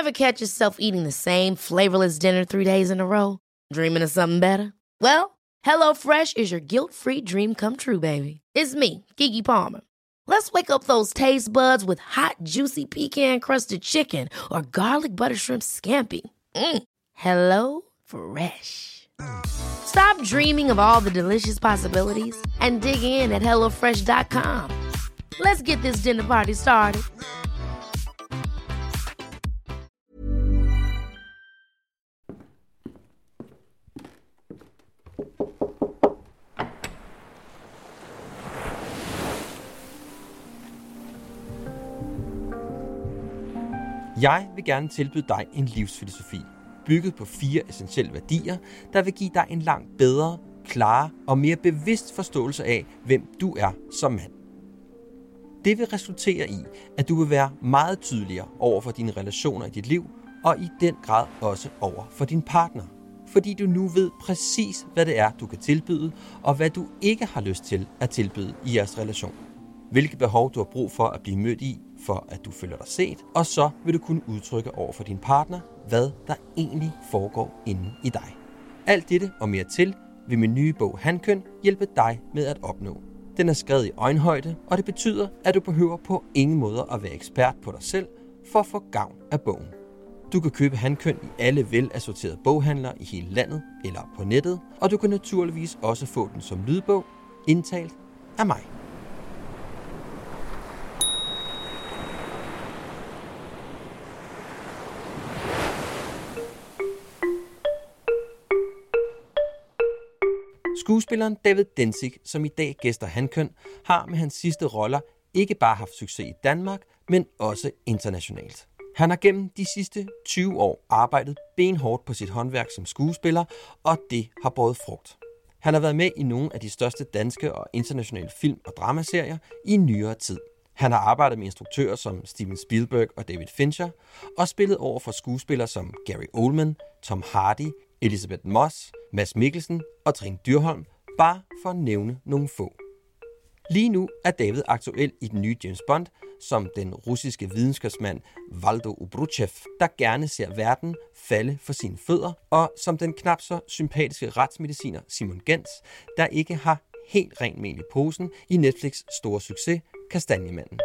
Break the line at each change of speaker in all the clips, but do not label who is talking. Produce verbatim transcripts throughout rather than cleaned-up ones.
Ever catch yourself eating the same flavorless dinner three days in a row? Dreaming of something better? Well, HelloFresh is your guilt-free dream come true, baby. It's me, Keke Palmer. Let's wake up those taste buds with hot, juicy pecan-crusted chicken or garlic butter shrimp scampi. Mm. Hello Fresh. Stop dreaming of all the delicious possibilities and dig in at hello fresh dot com. Let's get this dinner party started.
Jeg vil gerne tilbyde dig en livsfilosofi, bygget på fire essentielle værdier, der vil give dig en langt bedre, klarere og mere bevidst forståelse af, hvem du er som mand. Det vil resultere i, at du vil være meget tydeligere over for dine relationer i dit liv, og i den grad også over for din partner. Fordi du nu ved præcis, hvad det er, du kan tilbyde, og hvad du ikke har lyst til at tilbyde i jeres relation. Hvilke behov du har brug for at blive mødt i, for at du føler dig set, og så vil du kunne udtrykke over for din partner, hvad der egentlig foregår inde i dig. Alt dette og mere til vil min nye bog Hankøn hjælpe dig med at opnå. Den er skrevet i øjenhøjde, og det betyder, at du behøver på ingen måde at være ekspert på dig selv for at få gavn af bogen. Du kan købe Hankøn i alle velassorterede boghandlere i hele landet eller på nettet, og du kan naturligvis også få den som lydbog, indtalt af mig. Skuespilleren David Dencik, som i dag gæster Hankøn, har med hans sidste roller ikke bare haft succes i Danmark, men også internationalt. Han har gennem de sidste tyve år arbejdet benhårdt på sit håndværk som skuespiller, og det har båret frugt. Han har været med i nogle af de største danske og internationale film- og dramaserier i nyere tid. Han har arbejdet med instruktører som Steven Spielberg og David Fincher, og spillet over for skuespillere som Gary Oldman, Tom Hardy, Elisabeth Moss, Mads Mikkelsen og Trine Dyrholm, bare for at nævne nogle få. Lige nu er David aktuel i den nye James Bond, som den russiske videnskabsmand Valdo Ubruchev, der gerne ser verden falde for sine fødder, og som den knap så sympatiske retsmediciner Simon Gens, der ikke har helt rent mel i posen i Netflix' store succes, Kastanjemanden.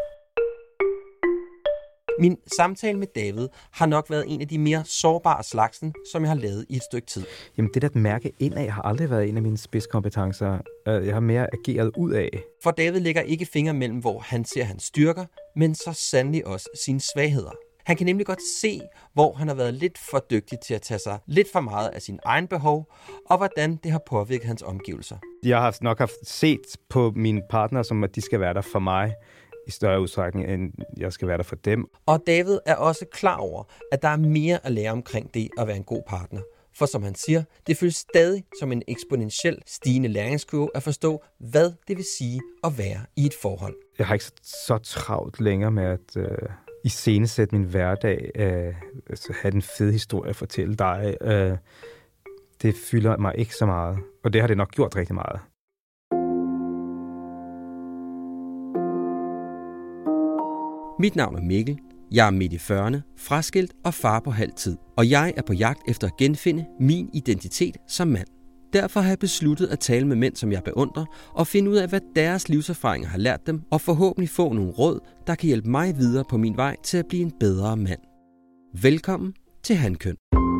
Min samtale med David har nok været en af de mere sårbare slagsen, som jeg har lavet i et stykke tid.
Jamen det der at mærke indad har aldrig været en af mine spidskompetencer. Jeg har mere ageret ud af.
For David lægger ikke fingre mellem, hvor han ser hans styrker, men så sandelig også sine svagheder. Han kan nemlig godt se, hvor han har været lidt for dygtig til at tage sig lidt for meget af sin egen behov, og hvordan det har påvirket hans omgivelser.
Jeg har nok haft set på mine partner, som at de skal være der for mig i større udstrækning, end jeg skal være der for dem.
Og David er også klar over, at der er mere at lære omkring det at være en god partner. For som han siger, det føles stadig som en eksponentiel stigende læringskurve at forstå, hvad det vil sige at være i et forhold.
Jeg har ikke så, så travlt længere med at øh, iscenesætte min hverdag, øh, altså have en fed historie at fortælle dig. Øh, det fylder mig ikke så meget, og det har det nok gjort rigtig meget.
Mit navn er Mikkel, jeg er midt i fyrrerne, fraskilt og far på halv tid, og jeg er på jagt efter at genfinde min identitet som mand. Derfor har jeg besluttet at tale med mænd, som jeg beundrer, og finde ud af, hvad deres livserfaringer har lært dem, og forhåbentlig få nogle råd, der kan hjælpe mig videre på min vej til at blive en bedre mand. Velkommen til Hankøn.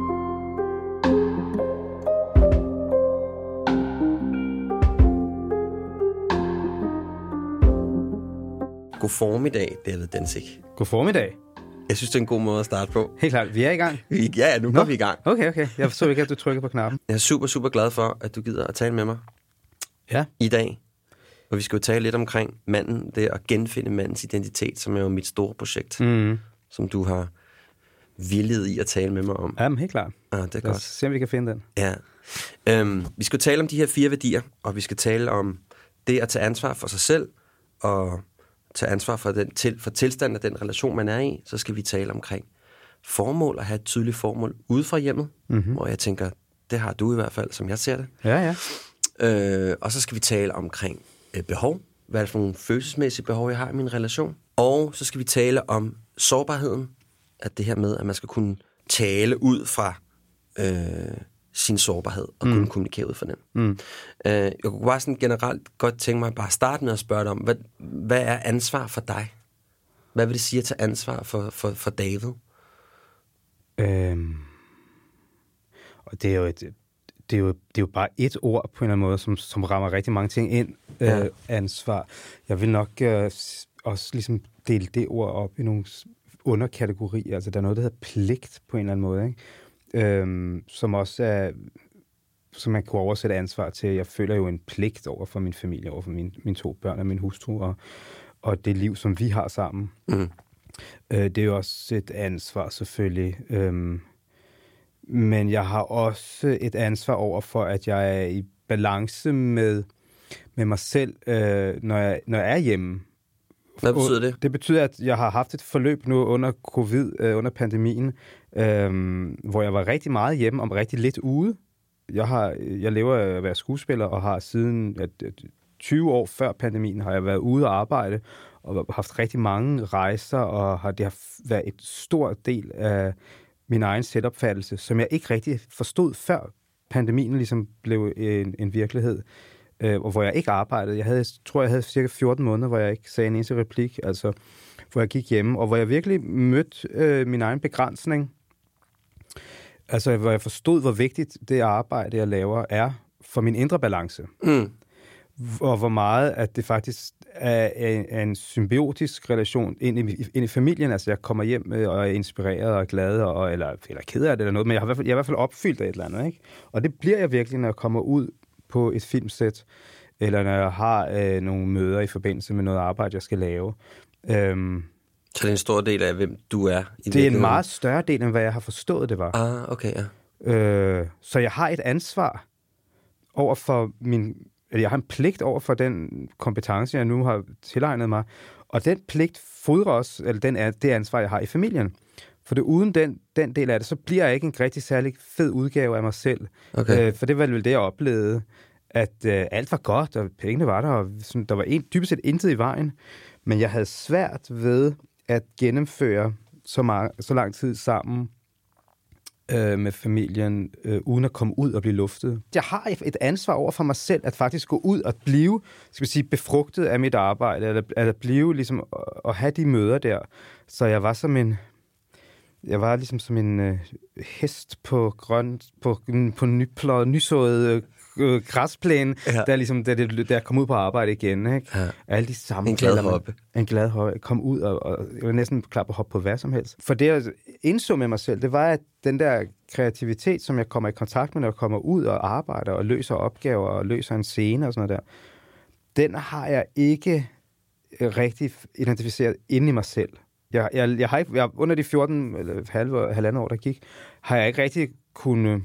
God formiddag, David Dencik.
God formiddag.
Jeg synes, det er en god måde at starte på.
Helt klart, vi er i gang.
Ja, nu går vi i gang.
Okay, okay. Jeg forstår ikke, at du trykker på knappen.
Jeg er super, super glad for, at du gider at tale med mig
ja.
i dag. Og vi skal jo tale lidt omkring manden, det at genfinde mandens identitet, som er jo mit store projekt,
mm.
som du har villet i at tale med mig om.
Jamen, helt klart.
Ah, det er
Lad os
godt.
se, om vi kan finde den.
Ja. Øhm, vi skal tale om de her fire værdier, og vi skal tale om det at tage ansvar for sig selv, og tage ansvar for, den til, for tilstanden af den relation, man er i. Så skal vi tale omkring formål, og have et tydeligt formål ude fra hjemmet,
mm-hmm.
hvor jeg tænker, det har du i hvert fald, som jeg ser det.
Ja,
ja. Øh, og så skal vi tale omkring øh, behov. Hvad er det for nogle følelsesmæssige behov, jeg har i min relation? Og så skal vi tale om sårbarheden at det her med, at man skal kunne tale ud fra øh, sin sårbarhed og mm. kunne kommunikere ud fra den. Mm. Øh, jeg kunne bare sådan generelt godt tænke mig at bare starte med at spørge dig om, hvad, hvad er ansvar for dig? Hvad vil det sige at tage ansvar for, for, for David?
Øhm, og det er jo et, det er jo, det er jo bare et ord på en eller anden måde, som, som rammer rigtig mange ting ind. Ja. Øh, ansvar. Jeg vil nok øh, også ligesom dele det ord op i nogle underkategorier. Altså der er noget, der hedder pligt på en eller anden måde, ikke? Øhm, som også er, som man kunne oversætte ansvar til. Jeg føler jo en pligt over for min familie, over for mine, mine to børn og min hustru, og, og det liv, som vi har sammen. Mm. Øh, det er jo også et ansvar, selvfølgelig. Øhm, men jeg har også et ansvar over for, at jeg er i balance med, med mig selv, øh, når, jeg, når jeg er hjemme.
Hvad betyder det?
Det betyder, at jeg har haft et forløb nu under covid, øh, under pandemien, øh, hvor jeg var rigtig meget hjemme og rigtig lidt ude. Jeg, har, jeg lever af at være skuespiller og har siden at, tyve år før pandemien har jeg været ude og arbejde og haft rigtig mange rejser, og har, det har været et stort del af min egen selvopfattelse, som jeg ikke rigtig forstod før pandemien ligesom blev en, en virkelighed. Øh, og hvor jeg ikke arbejdede. Jeg havde, tror, jeg havde cirka fjorten måneder, hvor jeg ikke sagde en eneste replik, altså hvor jeg gik hjemme, og hvor jeg virkelig mødte øh, min egen begrænsning. Altså, hvor jeg forstod, hvor vigtigt det arbejde, jeg laver, er for min indre balance. Mm. Og hvor meget, at det faktisk er en, er en symbiotisk relation ind i, ind i familien. Altså, jeg kommer hjem og er inspireret og glad, og, eller, eller ked af det eller noget, men jeg, har i hvert fald, jeg er i hvert fald opfyldt af et eller andet, ikke? Og det bliver jeg virkelig, når jeg kommer ud på et filmsæt, eller når jeg har øh, nogle møder i forbindelse med noget arbejde, jeg skal lave. Øhm,
Så det er en stor del af, hvem du er? I
det er en meget større del, end hvad jeg har forstået, det var.
Ah, okay, ja.
Øh, så jeg har et ansvar over for min... Eller jeg har en pligt over for den kompetence, jeg nu har tilegnet mig. Og den pligt fodrer også, eller den er det ansvar, jeg har i familien. For det, uden den, den del af det, så bliver jeg ikke en rigtig særlig fed udgave af mig selv. Okay. Øh, for det var vel det, jeg oplevede, at øh, alt var godt, og pengene var der, og sådan, der var en, dybest set intet i vejen. Men jeg havde svært ved at gennemføre så, meget, så lang tid sammen øh, med familien, øh, uden at komme ud og blive luftet. Jeg har et ansvar over for mig selv, at faktisk gå ud og blive, skal vi sige, befrugtet af mit arbejde, eller at blive ligesom, at have de møder der. Så jeg var som en... Jeg var ligesom som en øh, hest på grøn, på, på nypløjet, nysået øh, græsplæne, ja. der ligesom, da, det, da jeg kom ud på arbejde igen, ikke? Ja. Alle de samme...
En glad hoppe.
En glad hoppe. Kom ud, og, og jeg var næsten klar på at hoppe på hvad som helst. For det, jeg indså med mig selv, det var, at den der kreativitet, som jeg kommer i kontakt med, når jeg kommer ud og arbejder, og løser opgaver, og løser en scene og sådan noget der, den har jeg ikke rigtig identificeret inde i mig selv. Jeg, jeg, jeg har ikke, jeg, under de fjorten eller halve, halvandet år, der gik, har jeg ikke rigtig kunnet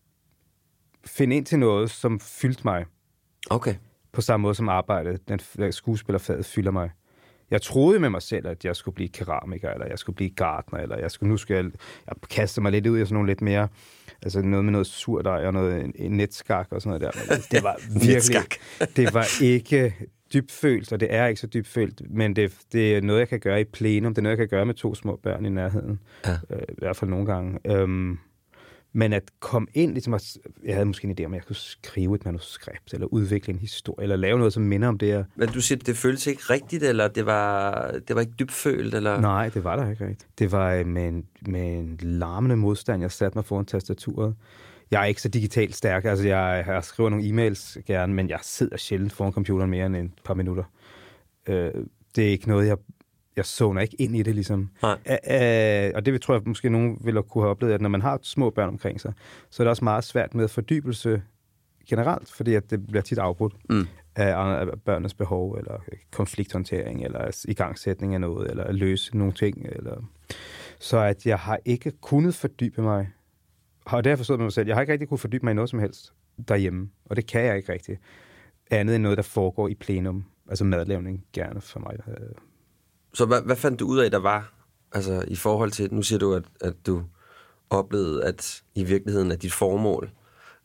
finde ind til noget, som fyldte mig.
Okay.
På samme måde som arbejdet, den skuespillerfaget fylder mig. Jeg troede med mig selv, at jeg skulle blive keramiker, eller jeg skulle blive gartner, eller jeg skulle, nu skal jeg, jeg kaste mig lidt ud i sådan nogle lidt mere, altså noget med noget surdej og noget en, en netskak og sådan noget der. Det var virkelig, det var ikke dybfølt, og det er ikke så dybfølt, men det, det er noget, jeg kan gøre i plenum. Det er noget, jeg kan gøre med to små børn i nærheden. Ja. Øh, I hvert fald nogle gange. Øhm, men at komme ind, ligesom at, jeg havde måske en idé om, at jeg kunne skrive et manuskript, eller udvikle en historie, eller lave noget, som minder om det her.
Men du siger, det føltes ikke rigtigt, eller det var, det var ikke dybfølt, eller?
Nej, det var der ikke rigtigt. Det var med en, med en larmende modstand, jeg satte mig foran tastaturet. Jeg er ikke så digitalt stærk. Altså, jeg, jeg skriver nogle e-mails gerne, men jeg sidder sjældent foran computeren mere end et par minutter. Øh, det er ikke noget, jeg, jeg zoner ikke ind i det, ligesom. Æ, og det tror jeg måske nogen vil kunne have oplevet, at når man har små børn omkring sig, så er det også meget svært med fordybelse generelt, fordi at det bliver tit afbrudt mm. af, af børnenes behov, eller konflikthåndtering, eller igangsætning af noget, eller løse nogle ting. Eller... Så at jeg har ikke kunnet fordybe mig. Og det har jeg forstået med mig selv. Jeg har ikke rigtig kunne fordybe mig i noget som helst derhjemme. Og det kan jeg ikke rigtig. Andet end noget, der foregår i plenum. Altså madlavning gerne for mig.
Så hvad, hvad fandt du ud af, der var? Altså i forhold til, nu siger du, at, at du oplevede, at i virkeligheden, at dit formål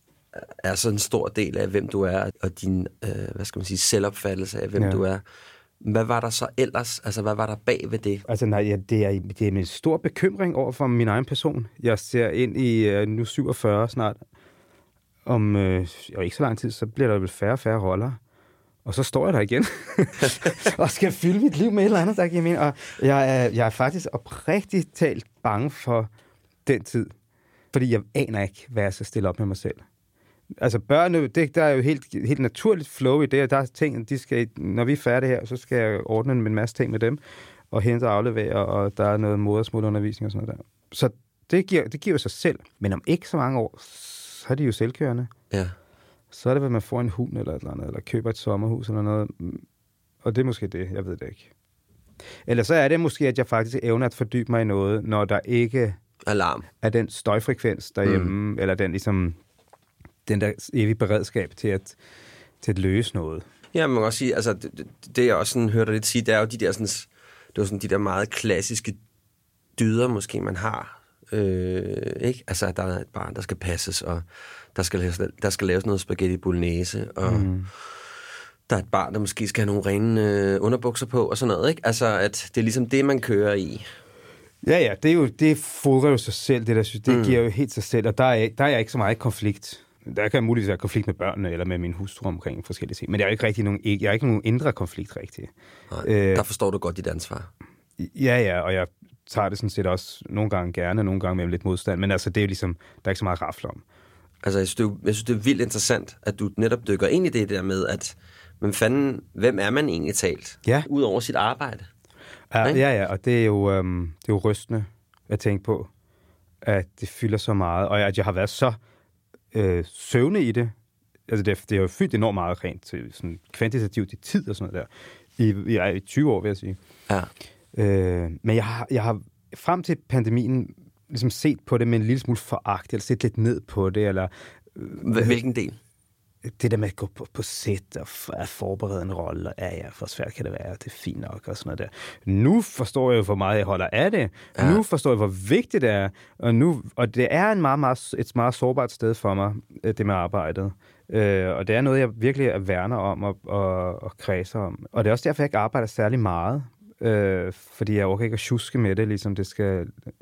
er så en stor del af, hvem du er, og din, øh, hvad skal man sige, selvopfattelse af, hvem ja. du er. Hvad var der så ellers? Altså, hvad var der bag ved det?
Altså, nej, ja, det, er, det er en stor bekymring over for min egen person. Jeg ser ind i uh, nu syvogfyrre snart. Om øh, jo ikke så lang tid, så bliver der vel færre og færre roller. Og så står jeg der igen. og skal fylde mit liv med et eller andet, der giver mening. Og jeg er, jeg er faktisk oprigtigt talt bange for den tid. Fordi jeg aner ikke, hvad jeg skal stille op med mig selv. Altså børnene, det, der er jo helt, helt naturligt flow i det, der er ting, de skal, når vi er færdige her, så skal jeg ordne en masse ting med dem, og hente og aflevere, og der er noget modersmålundervisning og sådan noget der. Så det giver, det giver jo sig selv. Men om ikke så mange år, så er de jo selvkørende.
Ja.
Så er det, at man får en hund eller et eller andet, eller køber et sommerhus eller noget. Og det er måske det, jeg ved det ikke. Eller så er det måske, at jeg faktisk evner at fordybe mig i noget, når der ikke
Alarm.
er den støjfrekvens derhjemme, mm. eller den ligesom den der evige beredskab til at, til at løse noget.
Ja, man kan også sige, altså det, det jeg også sådan, hørte dig lidt sige, det er jo de der, sådan, det var sådan de der meget klassiske dyder, måske man har. Øh, ikke? Altså, at der er et barn, der skal passes, og der skal laves, der skal laves noget spaghetti bolognese, og mm. der er et barn, der måske skal have nogle rene øh, underbukser på, og sådan noget, ikke? Altså, at det er ligesom det, man kører i. Ja,
ja, det er jo, det fodrer jo sig selv, det der synes, det mm. giver jo helt sig selv, og der er, der er ikke så meget konflikt. Der kan muligvis være konflikt med børnene, eller med min hustru omkring forskellige ting, men jeg er ikke rigtig nogen, jeg er ikke nogen indre konflikt rigtig.
Nej, øh, der forstår du godt dit ansvar.
Ja, ja, og jeg tager det sådan set også nogle gange gerne, nogle gange med lidt modstand, men altså det er jo ligesom, der er ikke så meget rafle om.
Altså, jeg synes, det er, jeg synes, det er vildt interessant, at du netop dykker ind i det der med, at men fanden, hvem er man egentlig talt?
Ja.
Ud over sit arbejde.
Ja, ja, ja, og det er jo, øhm, det er jo rystende at tænke på, at det fylder så meget, og at jeg har været så øh, søvne i det. Altså, det, det har jo fyldt enormt meget rent til sådan kvantitativt i tid og sådan noget der. I, i, i tyve år, vil jeg sige.
Ja.
Øh, men jeg har, jeg har frem til pandemien ligesom set på det med en lille smule foragt, eller set lidt ned på det, eller...
Øh, Hvilken del?
Det der med at gå på, på sæt og at forberede en rolle, ja, ja, for svært kan det være, det er fint nok og sådan noget der. Nu forstår jeg jo, hvor meget jeg holder af det. Ja. Nu forstår jeg, hvor vigtigt det er. Og, nu, og det er en meget, meget, et meget sårbart sted for mig, det med arbejdet. Øh, og det er noget, jeg virkelig værner om og, og, og kredser om. Og det er også derfor, jeg ikke arbejder særlig meget. Øh, fordi jeg overgår ikke at tjuske med det, ligesom det skal...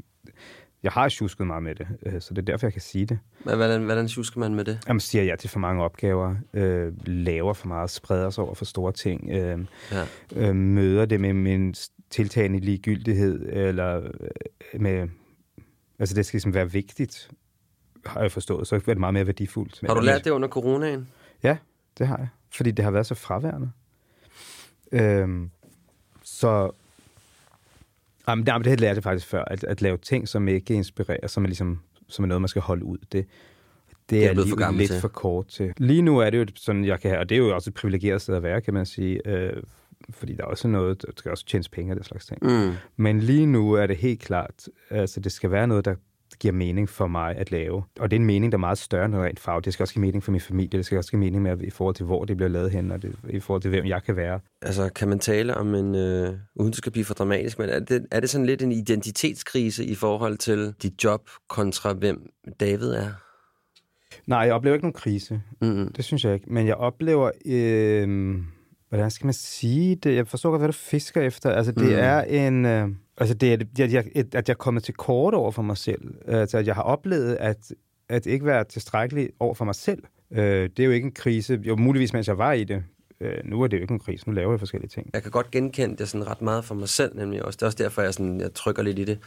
Jeg har tjusket meget med det, så det er derfor, jeg kan sige det.
Hvordan, hvordan tjusker man med det?
Jamen, siger jeg til for mange opgaver, øh, laver for meget, spreder sig over for store ting, øh, ja. øh, møder det med, med en tiltagende ligegyldighed, eller øh, med... Altså, det skal ligesom være vigtigt, har jeg forstået, så er det meget mere værdifuldt.
Har du lært det under coronaen?
Ja, det har jeg, fordi det har været så fraværende. Øh, så... Jamen, det har jeg lært det faktisk før, at, at lave ting, som ikke inspirerer, som er, ligesom, som er noget, man skal holde ud. Det, det, det er, er lige for lidt til. for kort til. Lige nu er det jo sådan, jeg kan have, og det er jo også et privilegeret sted at være, kan man sige, øh, fordi der er også noget, der skal også tjenes penge og den slags ting. Mm. Men lige nu er det helt klart, altså det skal være noget, der giver mening for mig at lave. Og det er en mening, der er meget større end rent fag. Det skal også give mening for min familie. Det skal også give mening med, i forhold til, hvor det bliver lavet hen, og det, i forhold til, hvem jeg kan være.
Altså, kan man tale om en, øh, uden det skal blive for dramatisk, men er det, er det sådan lidt en identitetskrise i forhold til dit job kontra hvem David er?
Nej, jeg oplever ikke nogen krise. Mm-hmm. Det synes jeg ikke. Men jeg oplever... Øh, hvordan skal man sige det? Jeg forstår godt, hvad du fisker efter. Altså, det mm. er en... Øh, Altså, det er, at jeg, at jeg er kommet til kort over for mig selv. Altså, at jeg har oplevet, at, at ikke være tilstrækkelig over for mig selv. Øh, det er jo ikke en krise. Jo, muligvis, mens jeg var i det. Øh, nu er det jo ikke en krise. Nu laver jeg forskellige ting.
Jeg kan godt genkende det sådan ret meget for mig selv, nemlig også. Det er også derfor, jeg, sådan, jeg trykker lidt i det.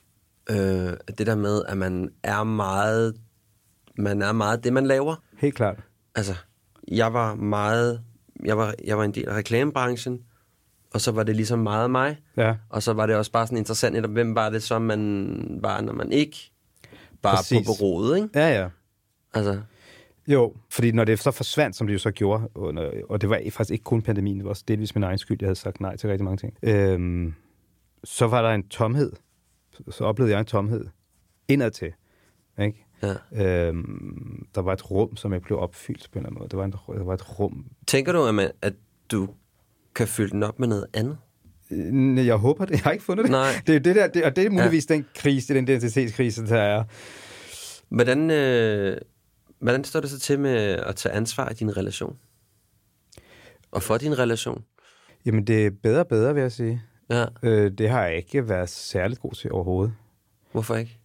Øh, det der med, at man er meget... Man er meget det, man laver.
Helt klart.
Altså, jeg var meget... Jeg var, jeg var en del af reklamebranchen. Og så var det ligesom meget mig. Ja. Og så var det også bare sådan interessant, netop, hvem var det så, man var, når man ikke bare Præcis. på bureauet, ikke?
Ja, ja.
Altså.
Jo, fordi når det så forsvandt, som det jo så gjorde, og, og det var faktisk ikke kun pandemien, det var også delvis min egen skyld, jeg havde sagt nej til rigtig mange ting, øhm, så var der en tomhed. Så oplevede jeg en tomhed indadtil, ikke? Ja. Øhm, der var et rum, som jeg blev opfyldt på en eller anden måde. Der var, en, der var et rum.
Tænker du, at, man, at du kan fylde den op med noget andet?
Jeg håber det. Jeg har ikke fundet det.
Nej.
Det er det der, det, og det er muligvis ja. den krise, den identitetskrise, der er.
Hvordan, øh, hvordan står det så til med at tage ansvar i din relation? Og for din relation?
Jamen, det er bedre og bedre, vil jeg sige.
Ja.
Øh, det har jeg ikke været særligt god til overhovedet.
Hvorfor ikke?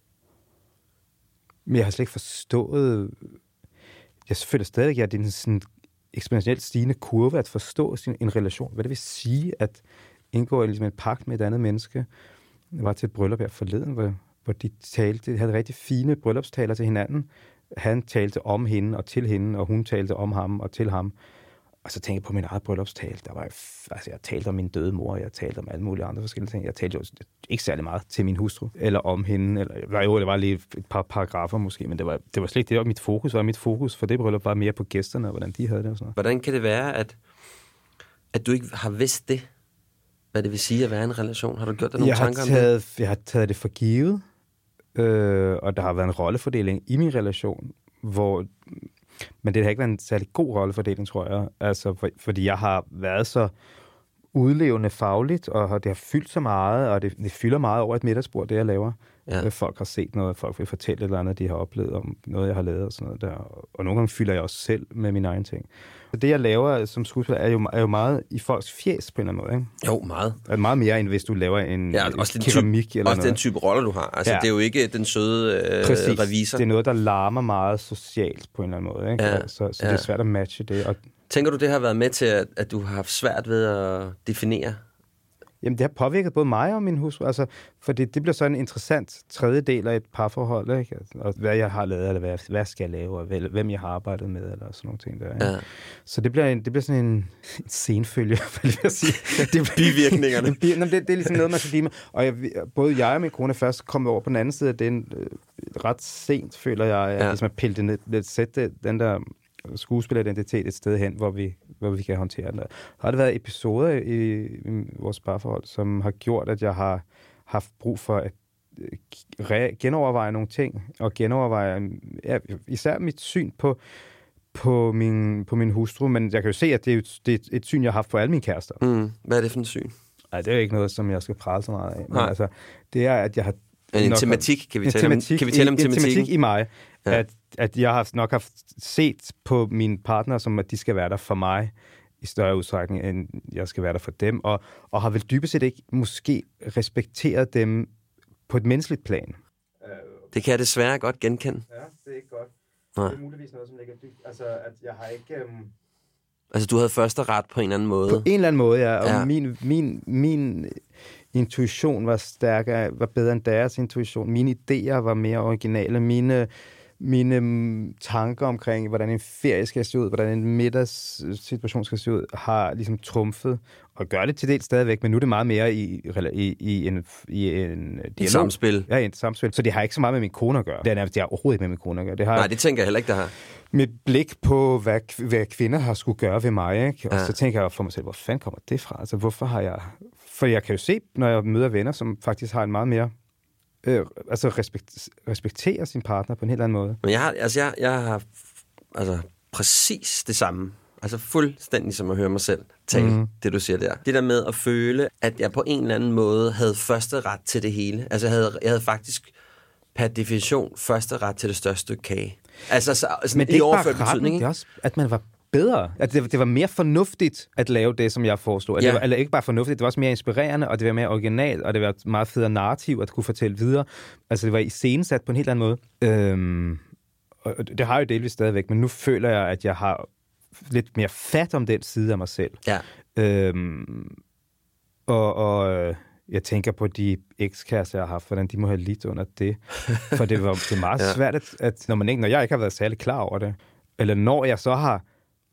Men jeg har slet ikke forstået... Jeg føler stadig, at det er en sådan eksponentielt stigende kurve at forstå sin, en relation. Hvad det vil sige at indgå ligesom en pagt med et andet menneske. Jeg var til et bryllup her forleden, hvor, hvor de talte, de havde rigtig fine bryllupstaler til hinanden. Han talte om hende og til hende, og hun talte om ham og til ham. Og så tænkte jeg på min eget bryllupstale. Der var, altså, jeg talte om min døde mor, jeg talte om alle mulige andre forskellige ting. Jeg talte jo ikke særlig meget til min hustru, eller om hende. Eller, jo, det var lige et par paragrafer måske, men det var, det var slet ikke det, var mit fokus. Var mit fokus for det bryllup var mere på gæsterne, og hvordan de havde det og sådan noget.
Hvordan kan det være, at, at du ikke har vidst det? Hvad det vil sige at være en relation? Har du gjort dig nogle
jeg
tanker
har taget,
om det?
Jeg har taget det for givet, øh, og der har været en rollefordeling i min relation, hvor... Men det har ikke været en særlig god rollefordeling, tror jeg. Altså, for, fordi jeg har været så udlevende fagligt, og det har fyldt så meget, og det, det fylder meget over et middagsbord, det jeg laver. Ja. Folk har set noget, folk vil fortælle et eller andet, de har oplevet om noget, jeg har lavet og sådan noget der. Og nogle gange fylder jeg også selv med mine egne ting. Så det, jeg laver som skuespiller, er jo, er jo meget i folks fjes på en eller anden måde, ikke?
Jo, meget.
Er meget mere, end hvis du laver en
ja, også
keramik
type,
eller
også
noget.
den type rolle, du har. Altså, ja. Det er jo ikke den søde øh,
Præcis.
revisor.
Det er noget, der larmer meget socialt på en eller anden måde, ikke?
Ja.
Så, så
ja.
det er svært at matche det. Og
tænker du, det har været med til, at, at du har haft svært ved at definere?
Jamen, det har påvirket både mig og min hustru. Altså, fordi det bliver så en interessant tredje del af et parforhold, ikke? Og hvad jeg har lavet, eller hvad, hvad skal jeg lave, og hvem jeg har arbejdet med, eller sådan nogle ting der.
Ja.
Så det bliver, en, det bliver sådan en, en senfølge, vil jeg sige. Det
bivirkningerne.
det, det, det er ligesom noget, man skal blive med. Og jeg, både jeg og min kone først kom over på den anden side af den øh, ret sent, føler jeg, at ja. Hvis man piller ned, lidt sætte den der skuespilleridentitet et sted hen, hvor vi, hvor vi kan håndtere den. Der har det været episoder i, i vores parforhold, som har gjort, at jeg har haft brug for at re- genoverveje nogle ting, og genoverveje ja, især mit syn på, på, min, på min hustru, men jeg kan jo se, at det er, et, det er et syn, jeg har haft på alle mine kærester.
Mm. Hvad er det for et syn?
Nej, det er jo ikke noget, som jeg skal prale så meget af. Men altså, det er, at jeg har...
En tematik, kan vi tale om, kan vi tale om tematikken?
En tematik i mig,
ja.
at, at jeg har nok haft set på mine partner, som at de skal være der for mig i større udstrækning, end jeg skal være der for dem, og, og har vel dybest set ikke måske respekteret dem på et menneskeligt plan.
Det kan jeg desværre godt genkende.
Ja, det er ikke godt.
Nej.
Det er muligvis noget, som ligger dybt. Altså, at jeg har ikke... Um...
Altså, du havde første ret på en eller anden måde?
På en eller anden måde, ja. Og
ja.
min... min, min intuition var stærkere, var bedre end deres intuition. Mine idéer var mere originale. Mine, mine tanker omkring, hvordan en ferie skal se ud, hvordan en middagssituation skal se ud, har ligesom trumfet, og gør det til det stadigvæk, men nu er det meget mere i, i, i en, i en dialog.
Et samspil.
Ja, et samspil. Så det har ikke så meget med min kone at gøre. Det er, det har overhovedet ikke med min kone at gøre. Det har
Nej, det tænker jeg heller ikke, det har.
Mit blik på, hvad, hvad kvinder har skulle gøre ved mig, ikke? Og
ja.
Så tænker jeg for mig selv, hvor fanden kommer det fra? Altså, hvorfor har jeg... For jeg kan jo se, når jeg møder venner, som faktisk har en meget mere... Øh, altså, respekt, respekterer sin partner på en helt anden måde.
Men jeg har, altså, jeg, jeg har altså, præcis det samme. Altså, fuldstændig som at høre mig selv tale, mm. det du siger der. Det der med at føle, at jeg på en eller anden måde havde første ret til det hele. Altså, jeg havde, jeg havde faktisk per definition første ret til det største stykke kage. Altså, så, altså
men det
i
er
overført
bare
betydning,
retten, det er også, at man var bedre. At det, det var mere fornuftigt at lave det, som jeg foreslog. Ja. Det var, eller ikke bare fornuftigt, det var også mere inspirerende, og det var mere originalt, og det var et meget federe narrativ at kunne fortælle videre. Altså, det var iscenesat på en helt anden måde. Øhm, og det har jeg jo delvis stadigvæk, men nu føler jeg, at jeg har lidt mere fat om den side af mig selv.
Ja.
Øhm, og... og jeg tænker på de ekskærester, jeg har haft, hvordan de må have lidt under det. For det var det er meget ja. svært, at, at når, man ikke, når jeg ikke har været særlig klar over det, eller når jeg så har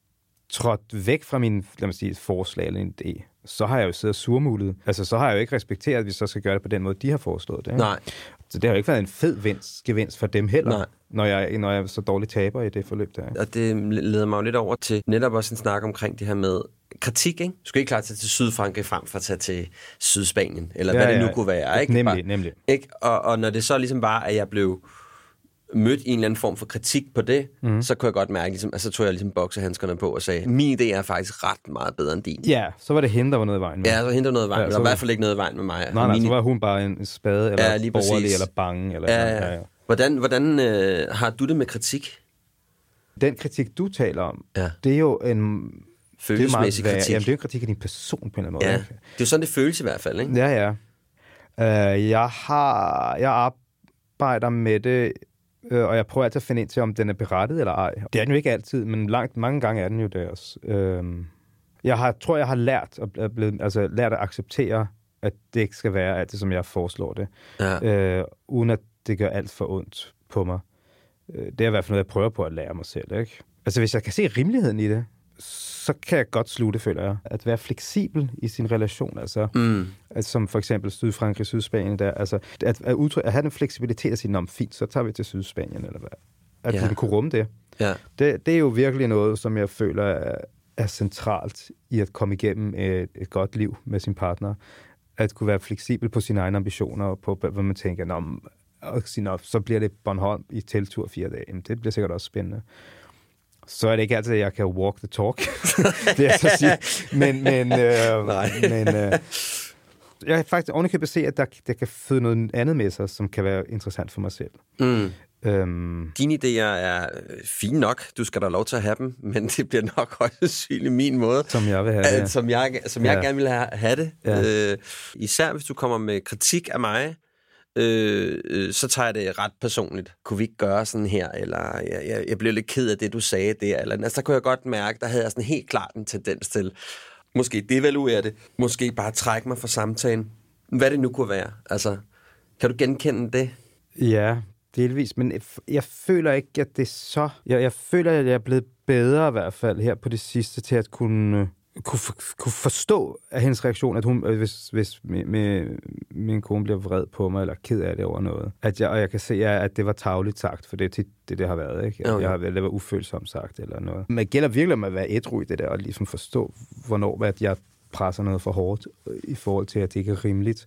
trådt væk fra min, lad mig sige, forslag eller en idé, så har jeg jo siddet og surmulet. Altså, så har jeg jo ikke respekteret, at vi så skal gøre det på den måde, de har foreslået det. Ikke?
Nej.
Så det har jo ikke været en fed vinst, gevinst for dem heller,
Nej.
når jeg, når jeg er så dårligt taber i det forløb der.
Og det leder mig jo lidt over til netop også en snak omkring det her med kritik, ikke? Du skal ikke klart tage til Sydfrankrig frem for at tage til Sydspanien, eller ja, hvad det nu ja, kunne være, ikke?
Nemlig,
Bare,
nemlig.
Ikke? Og, og når det så ligesom var, at jeg blev mødt i en eller anden form for kritik på det, mm. så kunne jeg godt mærke, ligesom, altså, så tog jeg ligesom boksehandskerne på og sagde, min idé er faktisk ret meget bedre end din.
Ja, så var det hende, der var noget i vejen med.
Ja, så hende der noget i vejen. Ja, der var i hvert fald ikke noget i vejen med mig.
Nej, nej, mine... så var hun bare en spade, eller
ja,
borgerlig, eller bange. Eller
ja, ja. Ja, ja. Hvordan, hvordan øh, har du det med kritik?
Den kritik, du taler om,
ja.
det er jo en
følelsesmæssig
det er
kritik.
Jamen, det er jo en kritik af din person på en eller anden måde.
Ja,
Ikke?
det er jo sådan, det føles i hvert fald, ikke?
Ja, ja. Uh, jeg har... Jeg arbejder med det, uh, og jeg prøver altid at finde ind til, om den er berettet eller ej. Det er den jo ikke altid, men langt, mange gange er den jo det også. Uh, jeg har, tror, jeg har lært at, blevet, altså, lært at acceptere, at det ikke skal være alt det, som jeg foreslår det. Ja. Uh, uden at det gør alt for ondt på mig. Uh, det er i hvert fald noget, jeg prøver på at lære mig selv, ikke? Altså, hvis jeg kan se rimeligheden i det, så kan jeg godt slutte, føler jeg. At være fleksibel i sin relation, altså, mm. altså som for eksempel Sydfrankrig, Sydspanien, der, altså, at, at, udtryk, at have den fleksibilitet at sige, nå, fint, så tager vi til Sydspanien, eller hvad. At ja. kunne rumme det. Ja. det. Det er jo virkelig noget, som jeg føler er, er centralt i at komme igennem et, et godt liv med sin partner. At kunne være fleksibel på sine egne ambitioner, og på, hvad man tænker, nå, og sige, nå, så bliver det Bornholm i teltur fire dage. Jamen, det bliver sikkert også spændende. Så er det ikke altid, at jeg kan walk the talk, det er så at sige. Men, men, øh, men øh, jeg kan faktisk ovenikøbet se, at der, der kan føde noget andet med sig, som kan være interessant for mig selv. Mm. Øhm.
Dine idéer er fine nok. Du skal da lov til at have dem, men det bliver nok højst sandsynligt min måde.
Som jeg vil have det. Ja.
Som jeg, som jeg ja. gerne vil have, have det. Ja. Øh, især hvis du kommer med kritik af mig, Øh, øh, så tager jeg det ret personligt. Kunne vi ikke gøre sådan her? Eller jeg, jeg, jeg blev lidt ked af det, du sagde der. Eller, altså, der kunne jeg godt mærke, der havde jeg sådan helt klart en tendens til, måske devaluere det, måske bare trække mig fra samtalen. Hvad det nu kunne være. Altså, kan du genkende det?
Ja, delvis. Men jeg, jeg føler ikke, at det er så... Jeg, jeg føler, at jeg er blevet bedre i hvert fald her på det sidste til at kunne... Kunne, for, kunne forstå af hendes reaktion, at hun, hvis, hvis min, min, min kone bliver vred på mig, eller ked af det over noget, at jeg, og jeg kan se, at det var tarveligt sagt, for det er tit det, det har været, ikke? At okay. Jeg har det var ufølsomt sagt, eller noget. Men det gælder virkelig om at være ædru i det der, og ligesom forstå, hvornår at jeg presser noget for hårdt, i forhold til, at det ikke er rimeligt.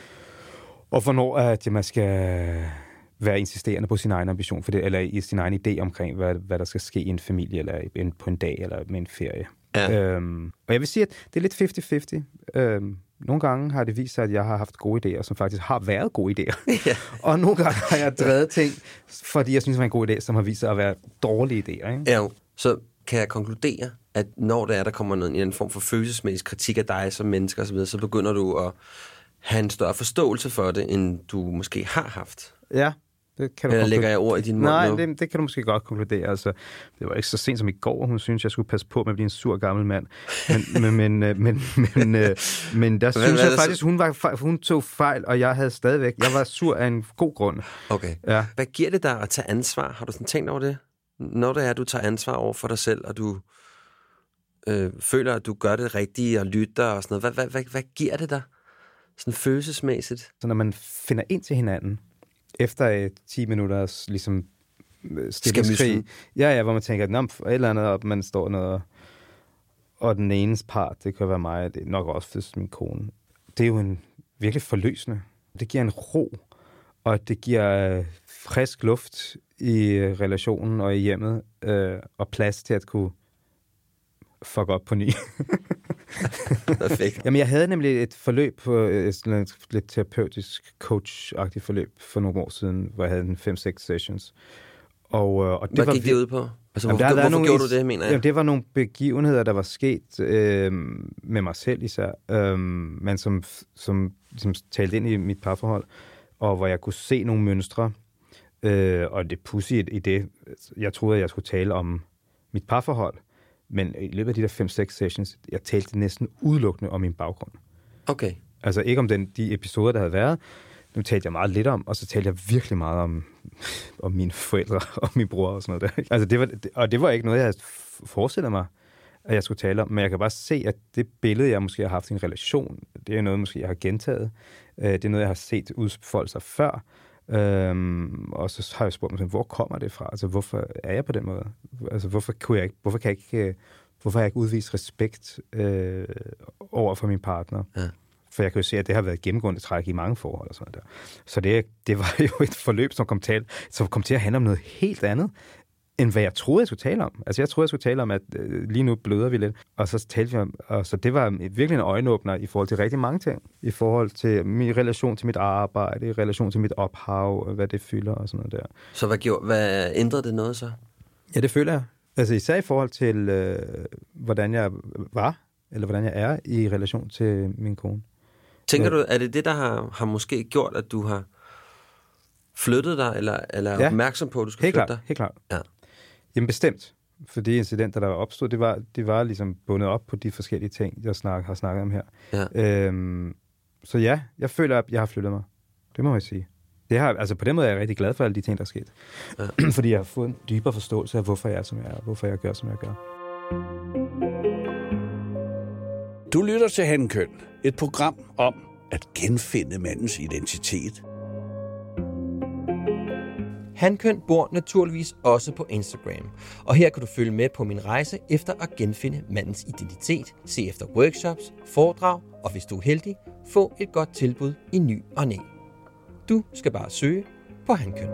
Og hvornår at man skal være insisterende på sin egen ambition, for det, eller i sin egen idé omkring, hvad, hvad der skal ske i en familie, eller en, på en dag, eller med en ferie. Ja. Øhm, og jeg vil sige, at det er lidt halvtreds halvtreds. Øhm, nogle gange har det vist sig, at jeg har haft gode idéer, som faktisk har været gode idéer. Ja. Og nogle gange har jeg drevet ting, fordi jeg synes, det var en god idé, som har vist sig at være dårlige idéer. Ikke?
Ja, så kan jeg konkludere, at når der er, der kommer noget, en form for følelsesmæssig kritik af dig som menneske og så videre, så begynder du at have en større forståelse for det, end du måske har haft.
Ja. Det kan du
Eller lægger jeg ord i din mund
Nej,
nu?
det, det kan du måske godt konkludere. Altså, det var ikke så sent som i går, hun synes, jeg skulle passe på med at blive en sur gammel mand. Men, men, men, men, men, men, men der synes jeg faktisk, hun, var, hun tog fejl, og jeg havde stadigvæk... Jeg var sur af en god grund.
Okay. Ja. Hvad giver det dig at tage ansvar? Har du sådan tænkt over det? Når det er, at du tager ansvar over for dig selv, og du øh, føler, at du gør det rigtige og lytter og sådan noget. Hvad, hvad, hvad, hvad giver det dig? Sådan følelsesmæssigt?
Så når man finder ind til hinanden, efter et ti minutters ligesom stillingskrig, ja, ja, hvor man tænker, at et eller andet, og man står noget, og den enes part, det kan være mig, det er nok også min kone. Det er jo en virkelig forløsende. Det giver en ro, og det giver frisk luft i relationen og i hjemmet, øh, og plads til at kunne fuck op på ny.
Perfekt.
Jamen, jeg havde nemlig et forløb på et lidt terapeutisk coach-agtigt forløb for nogle år siden, hvor jeg havde en fem seks sessions. Og, og det
Hvad
var
gik det ud på? Altså,
jamen,
hvorfor, hvorfor
nogle,
gjorde du det, mener jeg?
Jamen, det var nogle begivenheder, der var sket øh, med mig selv især, øh, men som, som, som talte ind i mit parforhold, og hvor jeg kunne se nogle mønstre. Øh, og det pudsige i det, jeg troede, at jeg skulle tale om mit parforhold, men i løbet af de der fem seks sessions, jeg talte næsten udelukkende om min baggrund.
Okay.
Altså ikke om den, de episoder, der havde været. Nu talte jeg meget lidt om, og så talte jeg virkelig meget om, om mine forældre og min bror og sådan noget der. Altså det var, og det var ikke noget, jeg havde forestillet mig, at jeg skulle tale om. Men jeg kan bare se, at det billede, jeg måske har haft i en relation, det er noget, måske jeg har gentaget. Det er noget, jeg har set udfolde sig før. Øhm, og så har jeg spurgt mig, hvor kommer det fra? Altså, hvorfor er jeg på den måde? Altså, hvorfor, kunne jeg ikke, hvorfor kan jeg ikke, hvorfor har jeg ikke udvist respekt øh, over for min partner? Ja. For jeg kan jo se, at det har været gennemgående træk i mange forhold og sådan der. Så det, det var jo et forløb, som kom, til, som kom til at handle om noget helt andet, end hvad jeg troede, jeg skulle tale om. Altså, jeg troede, jeg skulle tale om, at øh, lige nu bløder vi lidt. Og så talte vi om, og så det var virkelig en øjenåbner i forhold til rigtig mange ting. I forhold til min relation til mit arbejde, i relation til mit ophav, hvad det fylder og sådan noget der.
Så hvad, gjorde, hvad ændrede det noget så?
Ja, det føler jeg. Altså især i forhold til, øh, hvordan jeg var, eller hvordan jeg er i relation til min kone.
Tænker du, er det det, der har, har måske gjort, at du har flyttet dig, eller, eller er
ja.
opmærksom på, at du skal
helt
flytte
klart,
dig?
Helt klart.
Ja.
Jamen bestemt. For de incidenter, der var opstået, det var, det var ligesom bundet op på de forskellige ting, jeg snak, har snakket om her.
Ja.
Øhm, så ja, jeg føler, at jeg har flyttet mig. Det må jeg sige. Det har, altså på den måde er jeg rigtig glad for alle de ting, der er sket. Ja. Fordi jeg har fået en dybere forståelse af, hvorfor jeg er, som jeg er, og hvorfor jeg gør, som jeg gør.
Du lytter til Hankøn, et program om at genfinde mandens identitet.
Hankøn bor naturligvis også på Instagram, og her kan du følge med på min rejse efter at genfinde mandens identitet, se efter workshops, foredrag og hvis du er heldig, få et godt tilbud i ny og næ. Du skal bare søge på Hankøn.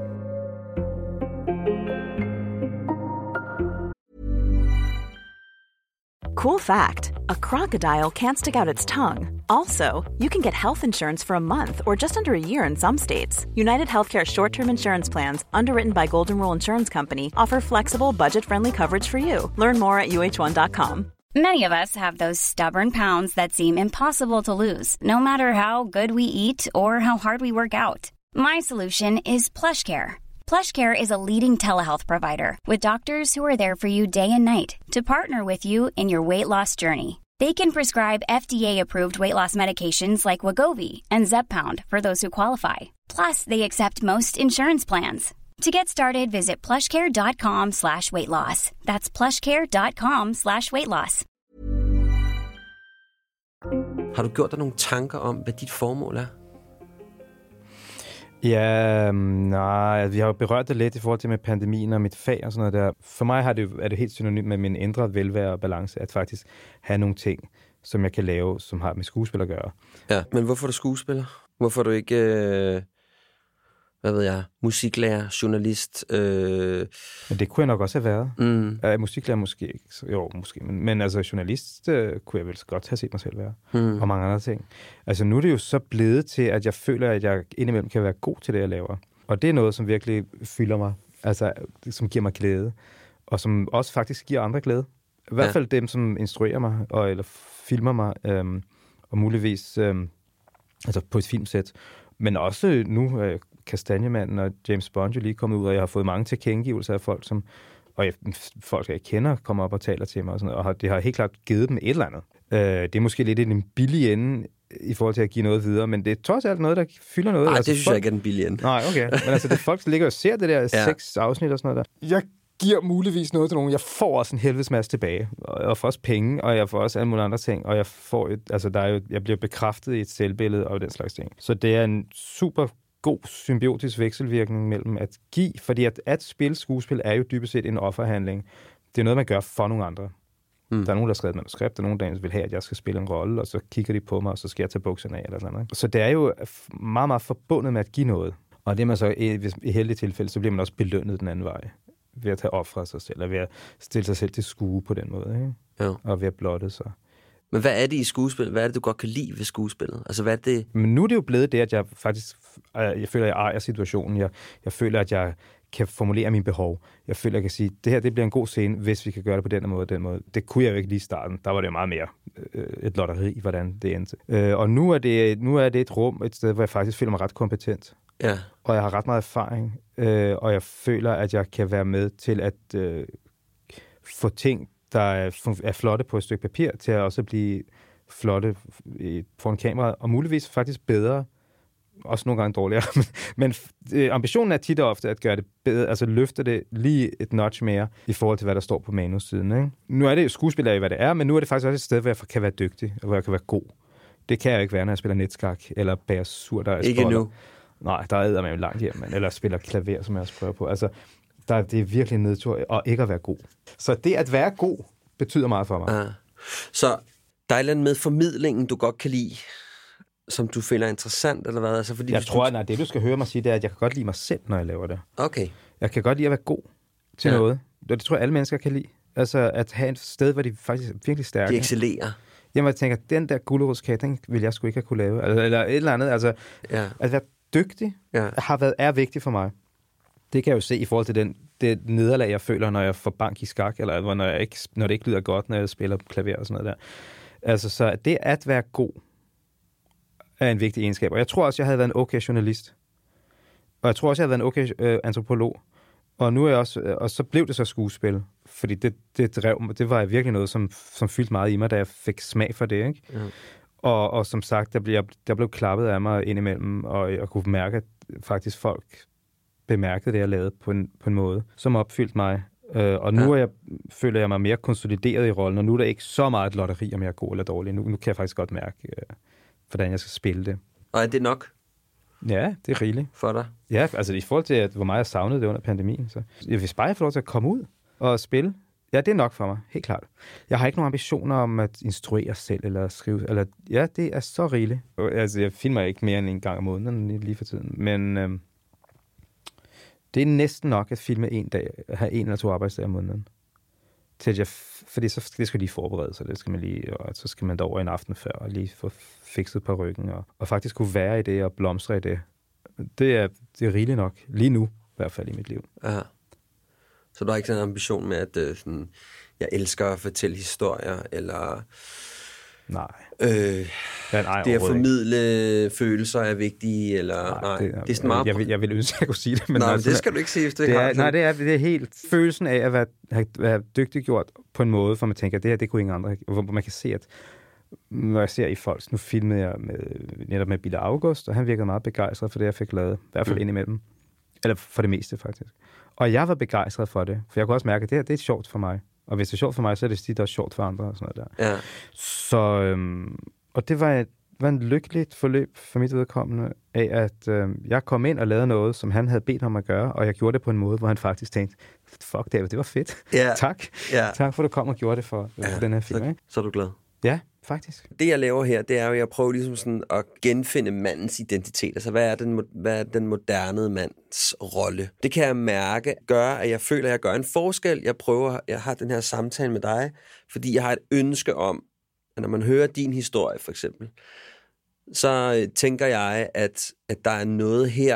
Cool fact, a crocodile can't stick out its tongue. Also, you can get health insurance for a month or just under a year in some states. United Healthcare short-term insurance plans, underwritten by Golden Rule Insurance Company, offer flexible, budget-friendly coverage for you. Learn more at U H one dot com.
Many of us have those stubborn pounds that seem impossible to lose, no matter how good we eat or how hard we work out. My solution is PlushCare. PlushCare is a leading telehealth provider with doctors who are there for you day and night to partner with you in your weight loss journey. They can prescribe F D A-approved weight loss medications like Wegovy and Zepbound for those who qualify. Plus, they accept most insurance plans. To get started, visit plushcare.com slash weight loss. That's plushcare.com slash weight loss.
Har du gjort dig nogle tanker om, hvad dit formål er?
Ja, nej, vi har jo berørt det lidt i forhold til med pandemien og mit fag og sådan noget der. For mig har det, er det helt synonymt med min indre velvære og balance, at faktisk have nogle ting, som jeg kan lave, som har med skuespil at gøre.
Ja, men hvorfor er du skuespiller? Hvorfor er du ikke, øh, hvad ved jeg, musiklærer, journalist? Øh...
Men det kunne jeg nok også have været.
Mm.
Uh, musiklærer måske ikke, jo måske, men, men altså journalist uh, kunne jeg vel godt have set mig selv være. Mm. Og mange andre ting. Altså nu er det jo så blevet til, at jeg føler, at jeg indimellem kan være god til det, jeg laver. Og det er noget, som virkelig fylder mig. Altså, som giver mig glæde. Og som også faktisk giver andre glæde. I hvert fald ja. Dem, som instruerer mig, og, eller filmer mig, øhm, og muligvis øhm, altså på et filmsæt. Men også nu, øh, Kastanjemanden og James Bond jo lige kommet ud, og jeg har fået mange tilkendegivelser af folk, som, og jeg, folk, jeg kender, kommer op og taler til mig, og, sådan noget, og har, det har helt klart givet dem et eller andet. Øh, det er måske lidt en billig ende, i forhold til at give noget videre, men det er trods alt noget, der fylder noget.
Nej,
altså,
det synes
folk...
jeg ikke er den billige ende.
Nej, okay. Men altså, det er folk, der ligger og ser det der ja. seks afsnit og sådan noget der. Jeg giver muligvis noget til nogen. Jeg får også en helvedes masse tilbage. Og jeg får også penge, og jeg får også alle mulige andre ting. Og jeg får et, altså, der er jo, jeg bliver bekræftet i et selvbillede og den slags ting. Så det er en super god symbiotisk vekselvirkning mellem at give, fordi at, at spille skuespil er jo dybest set en offerhandling. Det er noget, man gør for nogle andre. Mm. Der er nogen, der har skrevet et manuskript, og nogen, der vil have, at jeg skal spille en rolle, og så kigger de på mig, og så skal jeg tage bukserne af, eller sådan noget. Så det er jo meget, meget forbundet med at give noget. Og det er man så, hvis i heldige tilfælde, så bliver man også belønnet den anden vej, ved at tage ofre sig selv, og ved at stille sig selv til skue på den måde, ikke?
Ja.
Og ved at blotte sig.
Men hvad er det i skuespil? Hvad er det, du godt kan lide ved skuespillet? Altså, hvad er det?
Men nu er det jo blevet det, at jeg faktisk, jeg føler, at jeg ejer situationen. Jeg, jeg føler, at jeg kan formulere mine behov. Jeg føler, at jeg kan sige, at det her det bliver en god scene, hvis vi kan gøre det på den måde den måde. Det kunne jeg jo ikke lige i starten. Der var det jo meget mere øh, et lotteri, hvordan det endte. Øh, og nu er, det, nu er det et rum, et sted, hvor jeg faktisk føler mig ret kompetent.
Ja.
Og jeg har ret meget erfaring. Øh, og jeg føler, at jeg kan være med til at øh, få ting, der er, er flotte på et stykke papir, til at også blive flotte foran kameraet, og muligvis faktisk bedre, også nogle gange dårligere, men, men øh, ambitionen er tit og ofte at gøre det bedre, altså løfte det lige et notch mere, i forhold til, hvad der står på manussiden, ikke? Nu er det skuespil af, hvad det er, men nu er det faktisk også et sted, hvor jeg kan være dygtig, og hvor jeg kan være god. Det kan jeg ikke være, når jeg spiller netskak, eller bager surdej.
Ikke nu.
Nej, der æder man jo langt hjem, eller spiller klaver, som jeg også prøver på. Altså, der, det er virkelig en nedtur, og ikke at være god. Så det at være god, betyder meget for mig.
Ah. Så der er et eller andet med formidlingen, du godt kan lide, som du finder interessant, eller hvad? Altså, fordi
jeg tror, du... at det du skal høre mig sige, det er, at jeg kan godt lide mig selv, når jeg laver det.
Okay.
Jeg kan godt lide at være god til ja. noget. Det tror jeg, alle mennesker kan lide. Altså, at have et sted, hvor de faktisk er virkelig stærke.
De excellerer.
Jamen, jeg tænker, den der gulerodskage, den vil jeg sgu ikke have kunne lave. Eller, eller et eller andet. Altså,
ja.
at være dygtig ja. har været, er vigtigt for mig. Det kan jeg jo se i forhold til den, det nederlag, jeg føler, når jeg får bank i skak, eller når, jeg ikke, når det ikke lyder godt, når jeg spiller klaver og sådan noget der. Altså, så det at være god er en vigtig egenskab. Og jeg tror også, jeg havde været en okay journalist. Og jeg tror også, jeg havde været en okay øh, antropolog. Og nu er jeg også, øh, og så blev det så skuespil. Fordi det, det drev mig, det var virkelig noget, som, som fyldte meget i mig, da jeg fik smag for det, ikke? Ja. Og, og som sagt, der blev, der blev klappet af mig indimellem, og jeg kunne mærke, at faktisk folk bemærkede det, jeg lavede på en, på en måde, som opfyldte mig. Øh, og nu ja. er jeg, føler jeg mig mere konsolideret i rollen, og nu er der ikke så meget et lotteri, om jeg er god eller dårlig. Nu, nu kan jeg faktisk godt mærke, øh, hvordan jeg skal spille det.
Og er det nok?
Ja, det er rigeligt.
For dig?
Ja, altså i forhold til, at, hvor meget jeg savnede det under pandemien. Så hvis bare jeg får lov til at komme ud og spille, ja, det er nok for mig, helt klart. Jeg har ikke nogen ambitioner om at instruere selv eller skrive. Eller, ja, det er så rigeligt. Altså, jeg filmer ikke mere end en gang om måneden lige for tiden, men øh, det er næsten nok at filme en dag, have en eller to arbejdsdage om måneden. Til jeg, fordi så det skal lige forberede sig, det skal man lige, og så skal man derover en aften før og lige få fikset på ryggen, og, og faktisk kunne være i det og blomstre i det. Det er, det er rigeligt nok, lige nu, i hvert fald i mit liv.
Aha. Så du har ikke sådan en ambition med, at øh, sådan, jeg elsker at fortælle historier, eller
nej.
Øh,
ja, nej,
det at formidle ikke. Følelser er vigtige, eller nej, nej. Det,
det,
det er sådan meget...
Jeg vil, jeg vil ønske, at jeg kunne sige det, men...
Nej,
altså,
det skal du ikke sige, hvis du
ikke
har
er, Nej, det er, det er helt følelsen af at være, have, være dygtiggjort på en måde, hvor man tænker, at det her, det kunne ingen andre, hvor man kan se, at når jeg ser i folks, nu filmede jeg med, netop med Bille August, og han virkede meget begejstret for det, jeg fik lavet, i hvert fald mm. indimellem. Eller for det meste, faktisk. Og jeg var begejstret for det, for jeg kunne også mærke, at det her, det er sjovt for mig. Og hvis det er sjovt for mig, så er det tit også sjovt for andre og sådan noget der.
Ja.
Så, øhm, og det var, et, var en lykkeligt forløb for mit vedkommende, af at øhm, jeg kom ind og lavede noget, som han havde bedt om at gøre, og jeg gjorde det på en måde, hvor han faktisk tænkte, fuck David, det var fedt.
Ja.
Tak. Ja. Tak for, at du kom og gjorde det for, ja. for den her film.
Så,
ikke?
så er du glad.
Ja, faktisk.
Det, jeg laver her, det er jo, at jeg prøver ligesom sådan at genfinde mandens identitet. Altså, hvad er den, hvad er den moderne mands rolle? Det kan jeg mærke gør, at jeg føler, at jeg gør en forskel. Jeg prøver, jeg har den her samtale med dig, fordi jeg har et ønske om, at når man hører din historie, for eksempel, så tænker jeg, at, at der er noget her,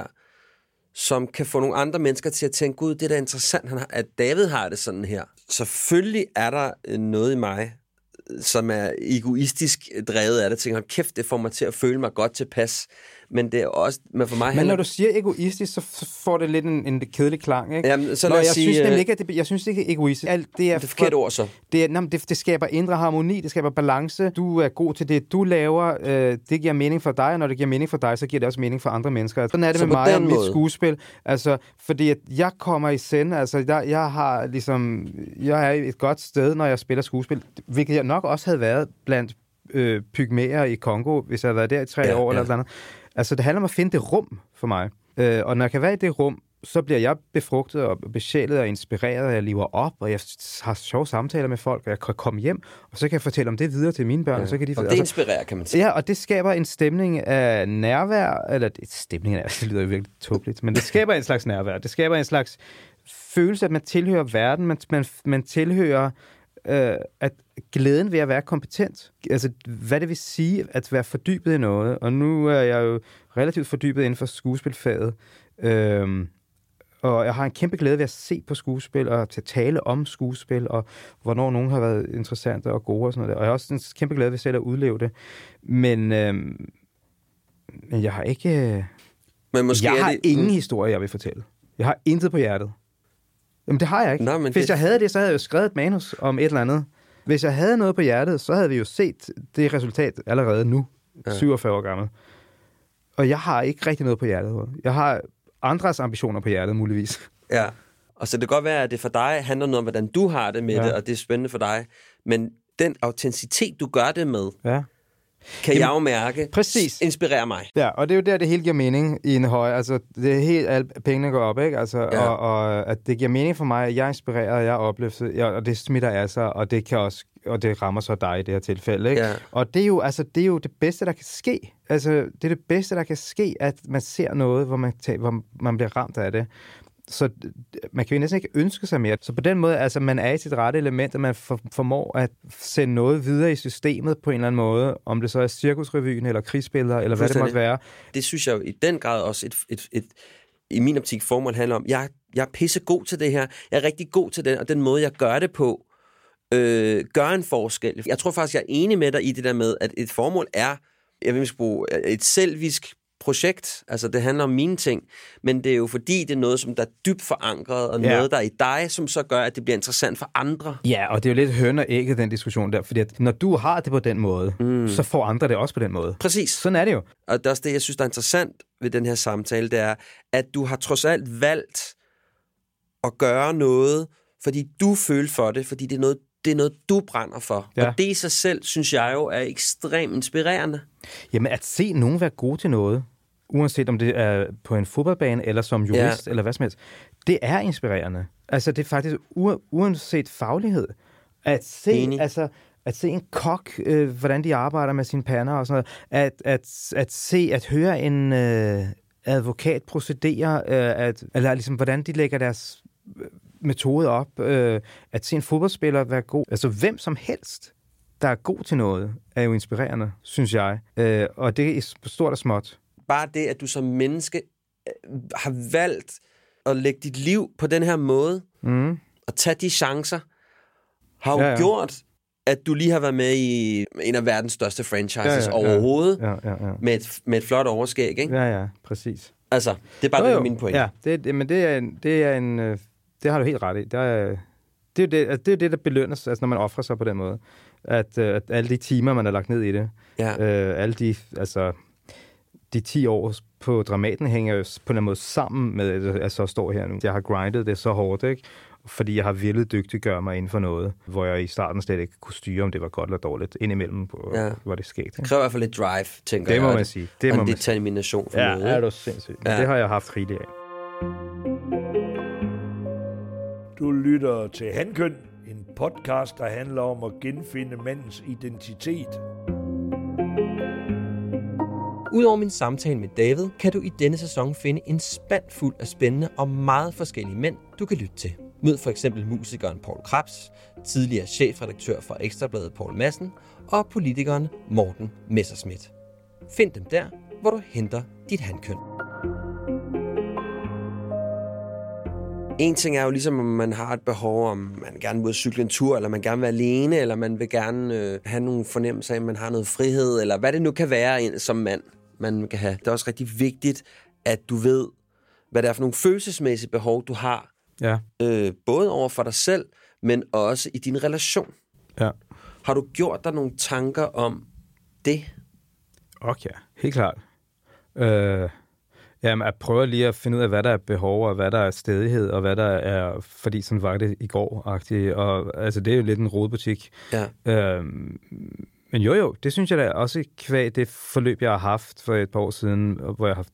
som kan få nogle andre mennesker til at tænke, gud, det er da interessant, at David har det sådan her. Selvfølgelig er der noget i mig, som er egoistisk drevet af det, tænker, kæft, det får mig til at føle mig godt tilpas. Men det er også, men for mig...
Men
handler...
når du siger egoistisk, så får det lidt en, en kedelig klang, ikke?
Jamen, så
Nå,
lad os
jeg
sige...
synes nemlig ikke, at det, jeg synes ikke, er egoistisk. Alt, det er,
det er forkert ord, så.
Det, er, jamen, det, det skaber indre harmoni, det skaber balance. Du er god til det, du laver. Øh, det giver mening for dig, og når det giver mening for dig, så giver det også mening for andre mennesker. Sådan er det så med mig og mit måde. skuespil. Altså, fordi at jeg kommer i scene, altså, jeg, jeg har ligesom... Jeg er i et godt sted, når jeg spiller skuespil, hvilket jeg nok også havde været blandt øh, pygmæer i Kongo, hvis jeg havde været der i tre
ja,
år
ja.
eller noget. Altså, det handler om at finde det rum for mig. Øh, og når jeg kan være i det rum, så bliver jeg befrugtet og besjælet og inspireret, og jeg lever op, og jeg har sjove samtaler med folk, og jeg kan komme hjem, og så kan jeg fortælle om det videre til mine børn. Ja. Og, så kan de,
og det altså, inspirerer, kan man sige.
Ja, og det skaber en stemning af nærvær, eller det, stemning af det lyder jo virkelig tåbeligt, men det skaber en slags nærvær. Det skaber en slags følelse, at man tilhører verden, man, man, man tilhører øh, at glæden ved at være kompetent. Altså, hvad det vil sige at være fordybet i noget. Og nu er jeg jo relativt fordybet inden for skuespilfaget. Øhm, og jeg har en kæmpe glæde ved at se på skuespil, og til at tale om skuespil, og hvornår nogen har været interessante og gode og sådan noget der. Og jeg har også en kæmpe glæde ved selv at udleve det. Men, øhm, men jeg har ikke...
Men måske
jeg har
det...
ingen historie, jeg vil fortælle. Jeg har intet på hjertet. Jamen, det har jeg ikke. Nå, men Hvis det... jeg havde det, så havde jeg jo skrevet et manus om et eller andet. Hvis jeg havde noget på hjertet, så havde vi jo set det resultat allerede nu, ja. syvogfyrre år gammel. Og jeg har ikke rigtig noget på hjertet. Jeg har andres ambitioner på hjertet, muligvis.
Ja, og så det kan godt være, at det for dig handler noget om, hvordan du har det med ja. det, og det er spændende for dig. Men den autenticitet, du gør det med,
ja.
kan Jamen, jeg jo mærke,
præcis.
inspirerer mig.
Ja, og det er jo der, det hele giver mening i en høj. Altså, det er helt, at pengene går op, ikke? Altså, ja. og, og at det giver mening for mig, at jeg er inspireret, og jeg er opløftet, og det smitter af sig, og det kan også, og det rammer så dig i det her tilfælde, ikke?
Ja.
Og det er jo, altså, det er jo det bedste, der kan ske. Altså, det er det bedste, der kan ske, at man ser noget, hvor man, tager, hvor man bliver ramt af det. Så man kan jo næsten ikke ønske sig mere. Så på den måde, altså man er i sit rette element, og man formår at sende noget videre i systemet på en eller anden måde, om det så er cirkusrevyen, eller krigsbilleder, eller hvad det måtte være.
Det synes jeg jo i den grad også, et, et, et, i min optik formål handler om, jeg jeg er pissegod til det her, jeg er rigtig god til det, og den måde, jeg gør det på, øh, gør en forskel. Jeg tror faktisk, jeg er enig med dig i det der med, at et formål er, jeg vil bruge et selvisk projekt, altså det handler om mine ting, men det er jo fordi, det er noget, som der er dybt forankret, og ja. noget, der er i dig, som så gør, at det bliver interessant for andre.
Ja, og det er jo lidt høn og ægget, den diskussion der, fordi at når du har det på den måde, mm. så får andre det også på den måde.
Præcis.
Sådan er det jo.
Og det er også det, jeg synes, der er interessant ved den her samtale, det er, at du har trods alt valgt at gøre noget, fordi du føler for det, fordi det er noget, det er noget, du brænder for. Ja. Og det i sig selv, synes jeg jo, er ekstremt inspirerende.
Jamen, at se nogen være god til noget, uanset om det er på en fodboldbane, eller som jurist, ja. eller hvad som helst, det er inspirerende. Altså, det er faktisk u- uanset faglighed. At se, altså, at se en kok, øh, hvordan de arbejder med sine pander og sådan noget. At, at, at se, at høre en øh, advokat procedere, øh, at, eller ligesom, hvordan de lægger deres metode op, øh, at se en fodboldspiller være god. Altså, hvem som helst, der er god til noget, er jo inspirerende, synes jeg. Øh, og det er stort og småt.
Bare det, at du som menneske har valgt at lægge dit liv på den her måde, mm. og tage de chancer, har jo ja, ja. gjort, at du lige har været med i en af verdens største franchises ja, ja, ja. overhovedet, ja, ja, ja. Med, et, med et flot overskæg, ikke?
Ja, ja, præcis.
Altså, det er bare jo, det, min pointe.
Ja, det, det, men det er, en, det er en... Det har du helt ret i. Det er, det er det, altså, det, er det der belønnes, altså, når man offrer sig på den måde. At, at alle de timer, man har lagt ned i det, ja. øh, alle de, altså, de ti år på Dramaten hænger jo på en eller anden måde sammen med, at jeg så står her nu. Jeg har grindet det så hårdt, ikke? Fordi jeg har villet dygtiggøre mig inden for noget, hvor jeg i starten slet ikke kunne styre, om det var godt eller dårligt. Indimellem på,
ja.
hvor det skete.
Det kræver i hvert fald lidt drive, tænker
det
jeg.
Må man sige. Det
og
må
en
man
determination for
ja,
noget.
Ja, det er du sindssygt. Ja. Det har jeg haft rigeligt af.
Du lytter til Hankøn, en podcast, der handler om at genfinde mandens identitet.
Udover min samtale med David, kan du i denne sæson finde en spand fuld af spændende og meget forskellige mænd, du kan lytte til. Mød for eksempel musikeren Poul Krebs, tidligere chefredaktør for Ekstrabladet Poul Madsen og politikeren Morten Messerschmidt. Find dem der, hvor du henter dit hankøn. En ting er jo ligesom, om man har et behov, om man gerne vil cykle en tur, eller man gerne vil være alene, eller man vil gerne øh, have nogle fornemmelser af, at man har noget frihed, eller hvad det nu kan være som mand, man kan have. Det er også rigtig vigtigt, at du ved, hvad det er for nogle følelsesmæssige behov, du har.
Ja.
Øh, både over for dig selv, men også i din relation.
Ja.
Har du gjort dig nogle tanker om det?
Okay, helt klart. Øh... Jamen, jeg prøver lige at finde ud af, hvad der er behov, og hvad der er stedighed, og hvad der er, fordi sådan var det i går-agtigt. Og altså, det er jo lidt en rodebutik.
Ja.
Øhm, men jo jo, det synes jeg da også kvæg det forløb, jeg har haft for et par år siden, hvor jeg har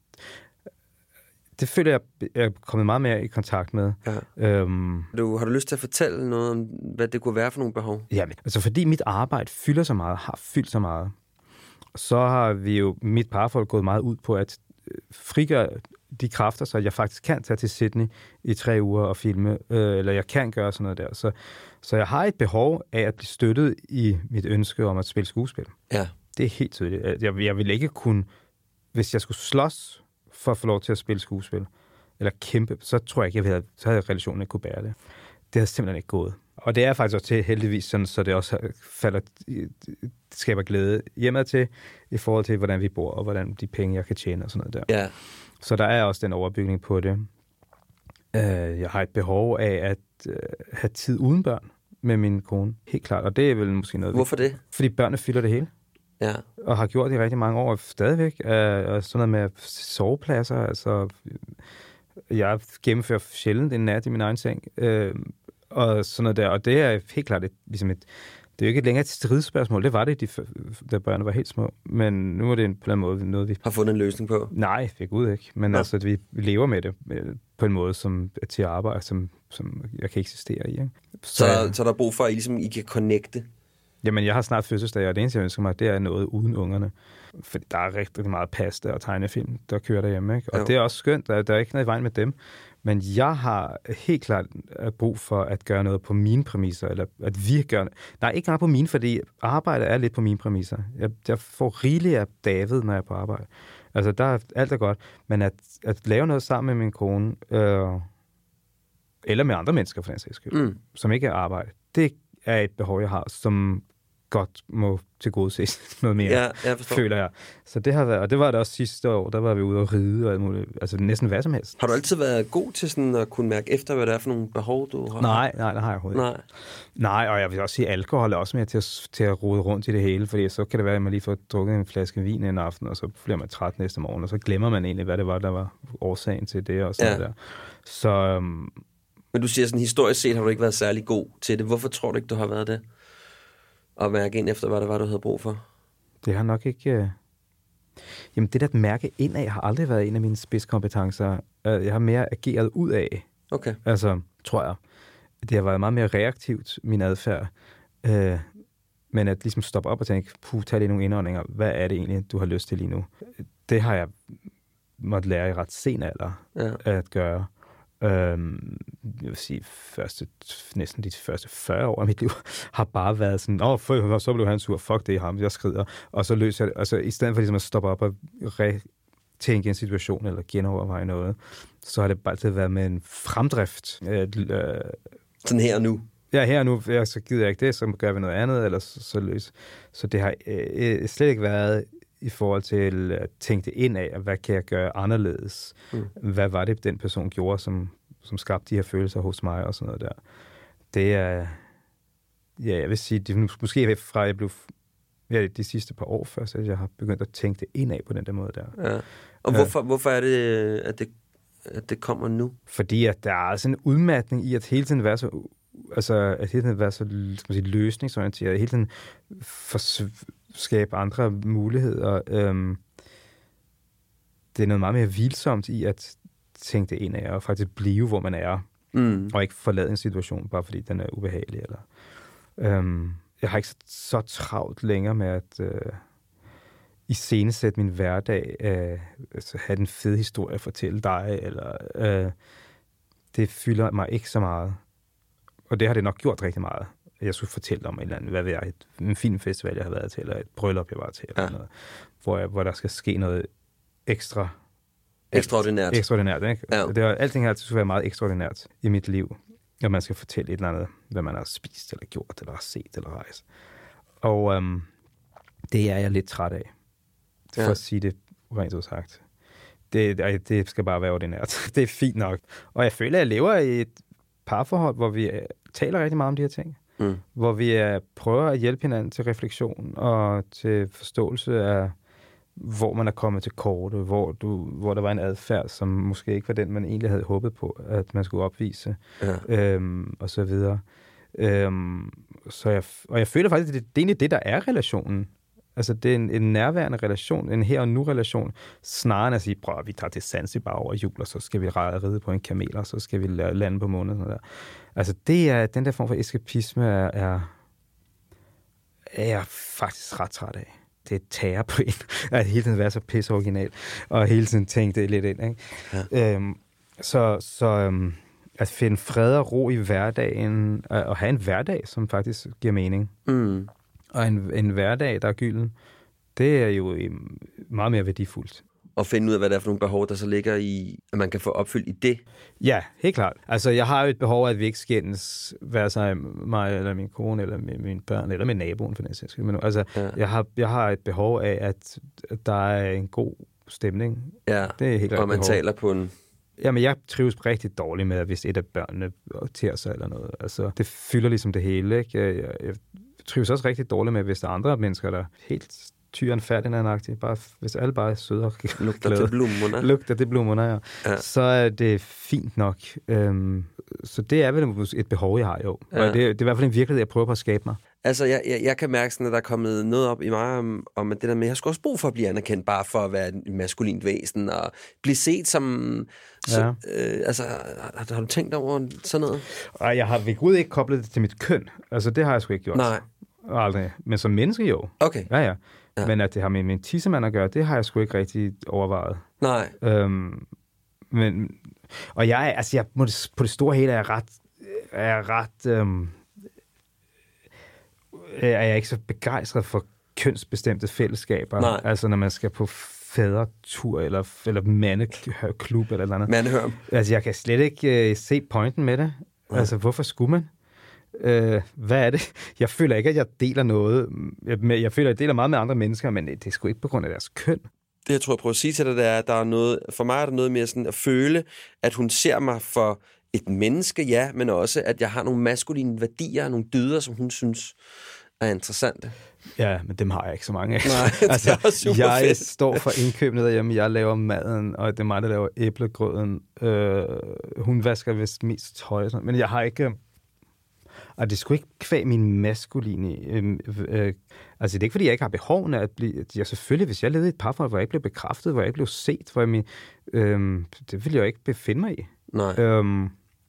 det føler jeg, jeg er kommet meget mere i kontakt med.
Ja.
Øhm,
du, har du lyst til at fortælle noget om, hvad det kunne være for nogle behov?
Jamen, altså fordi mit arbejde fylder så meget, har fyldt så meget, så har vi jo, mit parforhold gået meget ud på at frigøre de kræfter, så jeg faktisk kan tage til Sydney i tre uger og filme, øh, eller jeg kan gøre sådan noget der. Så, så jeg har et behov af at blive støttet i mit ønske om at spille skuespil.
Ja.
Det er helt tydeligt. Jeg, jeg vil ikke kunne, hvis jeg skulle slås for at få lov til at spille skuespil, eller kæmpe, så tror jeg ikke, jeg havde, så havde relationen ikke kunne bære det. Det havde simpelthen ikke gået. Og det er faktisk også til heldigvis sådan, så det også falder, det skaber glæde hjemme til, i forhold til, hvordan vi bor, og hvordan de penge, jeg kan tjene og sådan noget der.
Ja.
Så der er også den overbygning på det. Jeg har et behov af at have tid uden børn med min kone, helt klart. Og det er vel måske noget...
Hvorfor det?
Fordi børnene fylder det hele.
Ja.
Og har gjort det i rigtig mange år stadigvæk. Og sådan noget med sovepladser, altså... Jeg gennemfører sjældent en nat i min egen seng. Og sådan noget der. Og det er helt klart et, ligesom et... Det er jo ikke længere et stridsspørgsmål. Det var det, de, da børnene var helt små. Men nu er det en, på en måde noget, vi...
Har fundet en løsning på?
Nej, for gud ikke. Men ja. altså, vi lever med det på en måde, som er til at arbejde, som, som jeg kan eksistere i. Ikke?
Så, så, så der er brug for, at I, ligesom, I kan connecte?
Jamen, jeg har snart fødselsdag, og det eneste, jeg ønsker mig, det er noget uden ungerne. For der er rigtig meget pasta og tegnefilm, der kører derhjemme. Ikke? Og jo. Det er også skønt. Der, der er ikke noget i vejen med dem. Men jeg har helt klart brug for at gøre noget på mine præmisser, eller at vi gør noget. Nej, ikke engang på mine, fordi arbejde er lidt på mine præmisser. Jeg, jeg får rigeligt af David, når jeg er på arbejde. Altså, der er alt er godt. Men at, at lave noget sammen med min kone, øh, eller med andre mennesker for den sags skyld, mm. som ikke er arbejde. Det er et behov, jeg har, som godt må tilgodeses noget mere,
ja, jeg
føler jeg. Så det har været, og det var det også sidste år, der var vi ude at ride og alt muligt, altså næsten hvad som helst.
Har du altid været god til sådan at kunne mærke efter, hvad det er for nogle behov, du har?
Nej, nej, det har jeg overhovedet
nej.
ikke. Nej, og jeg vil også sige, at alkohol er også med til at, til at rode rundt i det hele, fordi så kan det være, at man lige får drukket en flaske vin en aften, og så bliver man træt næste morgen, og så glemmer man egentlig, hvad det var, der var årsagen til det og sådan ja. der. Så... Um...
Men du siger sådan, historisk set har du ikke været særlig god til det. Hvorfor tror du ikke, du har været det? Og mærke ind efter, hvad det var, du havde brug for?
Det har nok ikke... Uh... Jamen, det der at mærke indad har aldrig været en af mine spidskompetencer. Jeg har mere ageret ud af.
Okay.
Altså, tror jeg. Det har været meget mere reaktivt, min adfærd. Uh, men at ligesom stoppe op og tænke, puh, tag lige nogle indåndinger. Hvad er det egentlig, du har lyst til lige nu? Det har jeg måtte lære i ret sen alder ja. at gøre. Øhm, jeg vil sige, første, næsten de første fyrre år af mit liv har bare været sådan, åh, oh, så blev han sur, fuck det er ham, jeg skrider, og så løser jeg det. Altså, i stedet for ligesom at stoppe op og retænke en situation, eller genoverveje noget, så har det bare altid været med en fremdrift. At, øh,
sådan her og nu?
Ja, her og nu, ja, så gider jeg ikke det, så gør vi noget andet, eller så, så løs. Så det har øh, slet ikke været i forhold til at tænke det ind af, hvad kan jeg gøre anderledes? Mm. Hvad var det, den person gjorde, som, som skabte de her følelser hos mig og sådan noget der? Det er, ja, jeg vil sige, det er måske fra jeg blev, ja, de sidste par år først, at jeg har begyndt at tænke det ind af på den der måde der.
Ja. Og hvorfor, øh, hvorfor er det, at det, at det kommer nu?
Fordi at der er sådan en udmatning i at hele tiden være så, altså at hele tiden være så, skal man sige, løsningsorienteret, hele tiden for, skabe andre muligheder. Øhm, det er noget meget mere hvilsomt i at tænke det ind af, og faktisk blive, hvor man er, mm. og ikke forlade en situation, bare fordi den er ubehagelig. Eller, øhm, jeg har ikke så, så travlt længere med at øh, iscenesætte min hverdag, øh, altså have en fed historie at fortælle dig, eller øh, det fylder mig ikke så meget. Og det har det nok gjort rigtig meget. Jeg skulle fortælle om en eller anden, hvad ved jeg, et, en filmfestival, jeg har været til, eller et bryllup, jeg var til, eller ja. noget, hvor, jeg, hvor der skal ske noget ekstra...
Ekstraordinært.
Ekstraordinært, ikke?
Ja.
Det var, alting her skulle være meget ekstraordinært i mit liv, når man skal fortælle et eller andet, hvad man har spist, eller gjort, eller har set, eller rejst. Og øhm, det er jeg lidt træt af, for ja. at sige det rent ud sagt. Det, det skal bare være ordinært. Det er fint nok. Og jeg føler, at jeg lever i et parforhold, hvor vi taler rigtig meget om de her ting. Mm. Hvor vi uh, prøver at hjælpe hinanden til refleksion og til forståelse af, hvor man er kommet til korte, hvor, du, hvor der var en adfærd, som måske ikke var den, man egentlig havde håbet på, at man skulle opvise, ja. øhm, og så videre. Øhm, så jeg, og jeg føler faktisk, at det, det er egentlig det, der er relationen. Altså, det er en, en nærværende relation, en her og nu-relation, snarere end at sige, prøv, vi tager til Zanzibar over jul, og så skal vi ride på en kamel, og så skal vi lande på månen. Sådan der. Altså, det er, den der form for eskapisme er, er, er jeg faktisk ret træt af. Det tager på en, at hele tiden være så pisse original, og hele tiden tænke det lidt ind. Ikke? Ja. Øhm, så så øhm, at finde fred og ro i hverdagen, og, og have en hverdag, som faktisk giver mening. Mm. Og en, en hverdag, der er gylden, det er jo meget mere værdifuldt.
Og finde ud af, hvad det er for nogle behov, der så ligger i, at man kan få opfyldt i det.
Ja, helt klart. Altså, jeg har jo et behov, at vi ikke skændes, være sig mig, eller min kone, eller min, mine børn, eller min naboen, for den sags skyld. Men altså, ja. jeg, har, jeg har et behov af, at, at der er en god stemning.
Ja, det er helt og man behov. Taler på en...
Jamen, jeg trives rigtig dårligt med, hvis et af børnene tærer sig eller noget. Altså, det fylder ligesom det hele, ikke? Jeg, jeg, jeg trives også rigtig dårligt med, hvis der er andre mennesker, der helt tyren færdig, bare hvis alle bare er søde og glade.
Lugter til blommunder.
Lugter til blommunder, ja. ja. Så er det fint nok. Øhm, så det er vel et behov, jeg har, jo. Ja. Og det, det er i hvert fald en virkelighed, jeg prøver på at skabe mig.
Altså, jeg, jeg, jeg kan mærke sådan, at der er kommet noget op i mig om, om det der med, at jeg skal også brug for at blive anerkendt, bare for at være et maskulint væsen, og blive set som... Så, ja. øh, altså, har, har du tænkt over sådan noget?
Ej, jeg har ved Gud ikke koblet det til mit køn. Altså, det har jeg sgu ikke gjort.
Nej.
Aldrig. Men som menneske, jo.
Okay.
Ja, ja. Ja. Men at det har med min tissemand at gøre, det har jeg sgu ikke rigtig overvejet.
Nej.
Øhm, men, og jeg, altså jeg, på det store hele er jeg ret, er ret, øhm, er jeg ikke så begejstret for kønsbestemte fællesskaber.
Nej.
Altså når man skal på fædretur, eller, eller mandeklub, eller noget.
Mandehørm.
Altså, jeg kan slet ikke uh, se pointen med det. Ja. Altså, hvorfor skulle man? Uh, hvad er det? Jeg føler ikke, at jeg deler noget. Jeg, jeg føler, at jeg deler meget med andre mennesker, men det er sgu ikke på grund af deres køn.
Det, jeg tror, jeg prøver at sige til dig, det er, at der er noget, for mig er der noget mere sådan at føle, at hun ser mig for et menneske, ja, men også, at jeg har nogle maskuline værdier, nogle dyder, som hun synes er interessante.
Ja, men dem har jeg ikke så mange af.
Nej, det altså, er super
jeg
fedt.
står for indkøb ned hjemme, jeg laver maden, og det er mig, der laver æblegrøden. Øh, hun vasker vist mest tøj, men jeg har ikke... Og det skulle ikke kvæg min maskuline... Øh, øh, altså, det er ikke, fordi jeg ikke har behovene at blive... Jeg selvfølgelig, hvis jeg levede i et parforhold, hvor jeg ikke blev bekræftet, hvor jeg ikke blev set, hvor jeg min, øh, det ville jeg jo ikke befinde mig i.
Nej.
Øhm,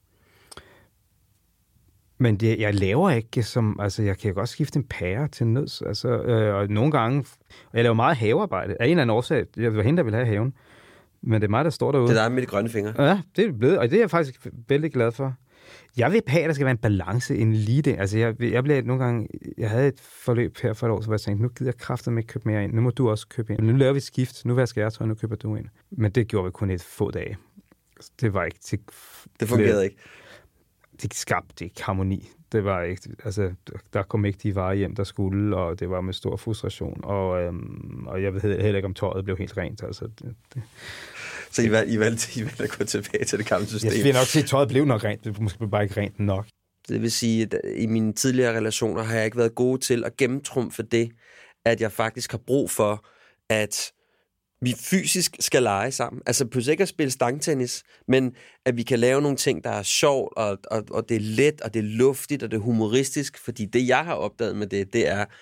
men det, jeg laver ikke som... Altså, jeg kan godt skifte en pære til nøds. Altså, øh, og nogle gange... Jeg laver meget havearbejde. Af en eller anden årsag. Jeg var hende, der ville have haven. Men det er mig, der står derude.
Det er dig med de grønne fingre.
Ja, det er blevet. Og det er jeg faktisk vældig glad for. Jeg vil have, at der skal være en balance, en lige det. Altså, jeg, jeg blev nogle gange... Jeg havde et forløb her for et år, så jeg tænkte, nu gider jeg kraftedeme ikke købe mere ind. Nu må du også købe ind. Nu laver vi et skift. Nu vasker jeg tøj, nu køber du ind. Men det gjorde vi kun et få dage. Det var ikke til...
Det fungerede ikke.
Det skabte ikke harmoni. Det var ikke... Altså, der kom ikke de varer hjem, der skulle, og det var med stor frustration. Og, øhm, og jeg ved heller ikke, om tøjet blev helt rent. Altså, det, det.
Så I valgte, I, valgte, I valgte at gå tilbage til det gamle system?
Jeg vil nok sige, at tøjet blev nok rent. Det måske bare ikke rent nok.
Det vil sige, at i mine tidligere relationer har jeg ikke været god til at gennemtrumfe det, at jeg faktisk har brug for, at vi fysisk skal lege sammen. Altså pludselig ikke at spille stangtennis, men at vi kan lave nogle ting, der er sjovt, og, og, og det er let, og det er luftigt, og det er humoristisk. Fordi det, jeg har opdaget med det, det er,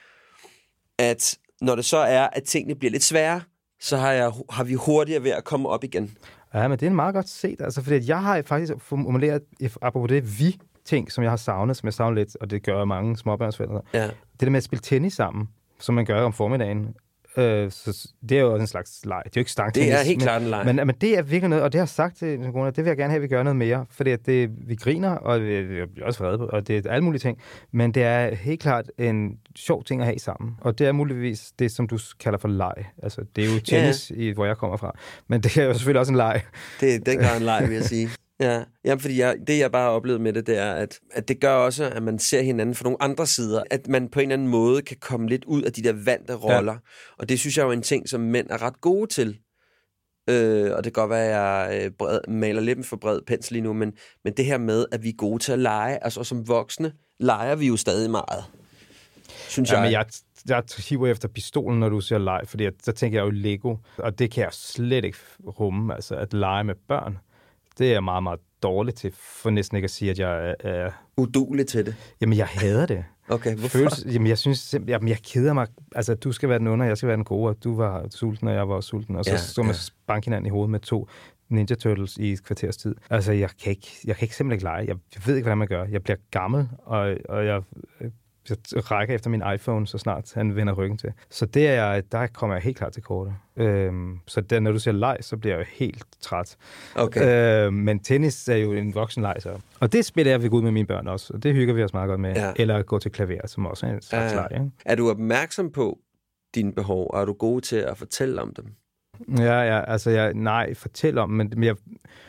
at når det så er, at tingene bliver lidt svære, så har, jeg, har vi hurtigere ved at komme op igen.
Ja, men det er meget godt set. Altså, fordi jeg har faktisk formuleret, apropos det vi-ting, som jeg har savnet, som jeg savner lidt, og det gør mange småbørnsforældre.
Ja.
Det der med at spille tennis sammen, som man gør om formiddagen, øh, så det er jo også en slags leg. Det er jo ikke stangtennis.
Det er helt
men,
klart en leg.
Men, men det er virkelig noget, og det har jeg sagt til min kone, det vil jeg gerne have, at vi gør noget mere, fordi at det, vi griner, og jeg bliver også vrede på, og det er alle mulige ting, men det er helt klart en sjov ting at have sammen. Og det er muligvis det, som du kalder for leg. Altså, det er jo tennis, ja. i, hvor jeg kommer fra, men det er jo selvfølgelig også en leg.
Det er dengang en leg, vil jeg sige. Ja, jamen, fordi jeg, det jeg bare har oplevet med det, det er, at, at det gør også, at man ser hinanden fra nogle andre sider. At man på en eller anden måde kan komme lidt ud af de der vante roller. Ja. Og det synes jeg jo er en ting, som mænd er ret gode til. Øh, og det kan godt være, at jeg øh, bred, maler lidt med for bred pensel lige nu, men, men det her med, at vi er gode til at lege, altså som voksne, leger vi jo stadig meget. Synes
ja,
jeg.
Men jeg, jeg hiver efter pistolen, når du siger leg, fordi så tænker jeg jo Lego, og det kan jeg slet ikke rumme, altså at lege med børn. Det er jeg meget, meget dårligt til, for næsten ikke at sige, at jeg er... er
uduelig til det?
Jamen, jeg hader det.
Okay, hvorfor?
Følelse, jamen, jeg synes simpelthen... Jamen, jeg keder mig... Altså, du skal være den onde, og jeg skal være den gode, og du var sulten, og jeg var sulten. Og så ja, stod man ja. banke hinanden i hovedet med to Ninja Turtles i et kvarters tid. Altså, jeg kan ikke, jeg kan ikke simpelthen ikke lege. Jeg, jeg ved ikke, hvordan man gør. Jeg bliver gammel, og, og jeg... Jeg rækker efter min iPhone, så snart han vender ryggen til. Så det er, der kommer jeg helt klart til kortet. Øhm, så der, når du siger leg, så bliver jeg jo helt træt.
Okay.
Øhm, men tennis er jo en voksen leg, så. Og det spiller jeg ved ud med mine børn også, og det hygger vi os meget godt med. Ja. Eller gå til klaver, som også er en slags ja. leg. Ikke?
Er du opmærksom på dine behov, og er du god til at fortælle om dem?
Ja, ja altså jeg, nej, fortæl om, men jeg,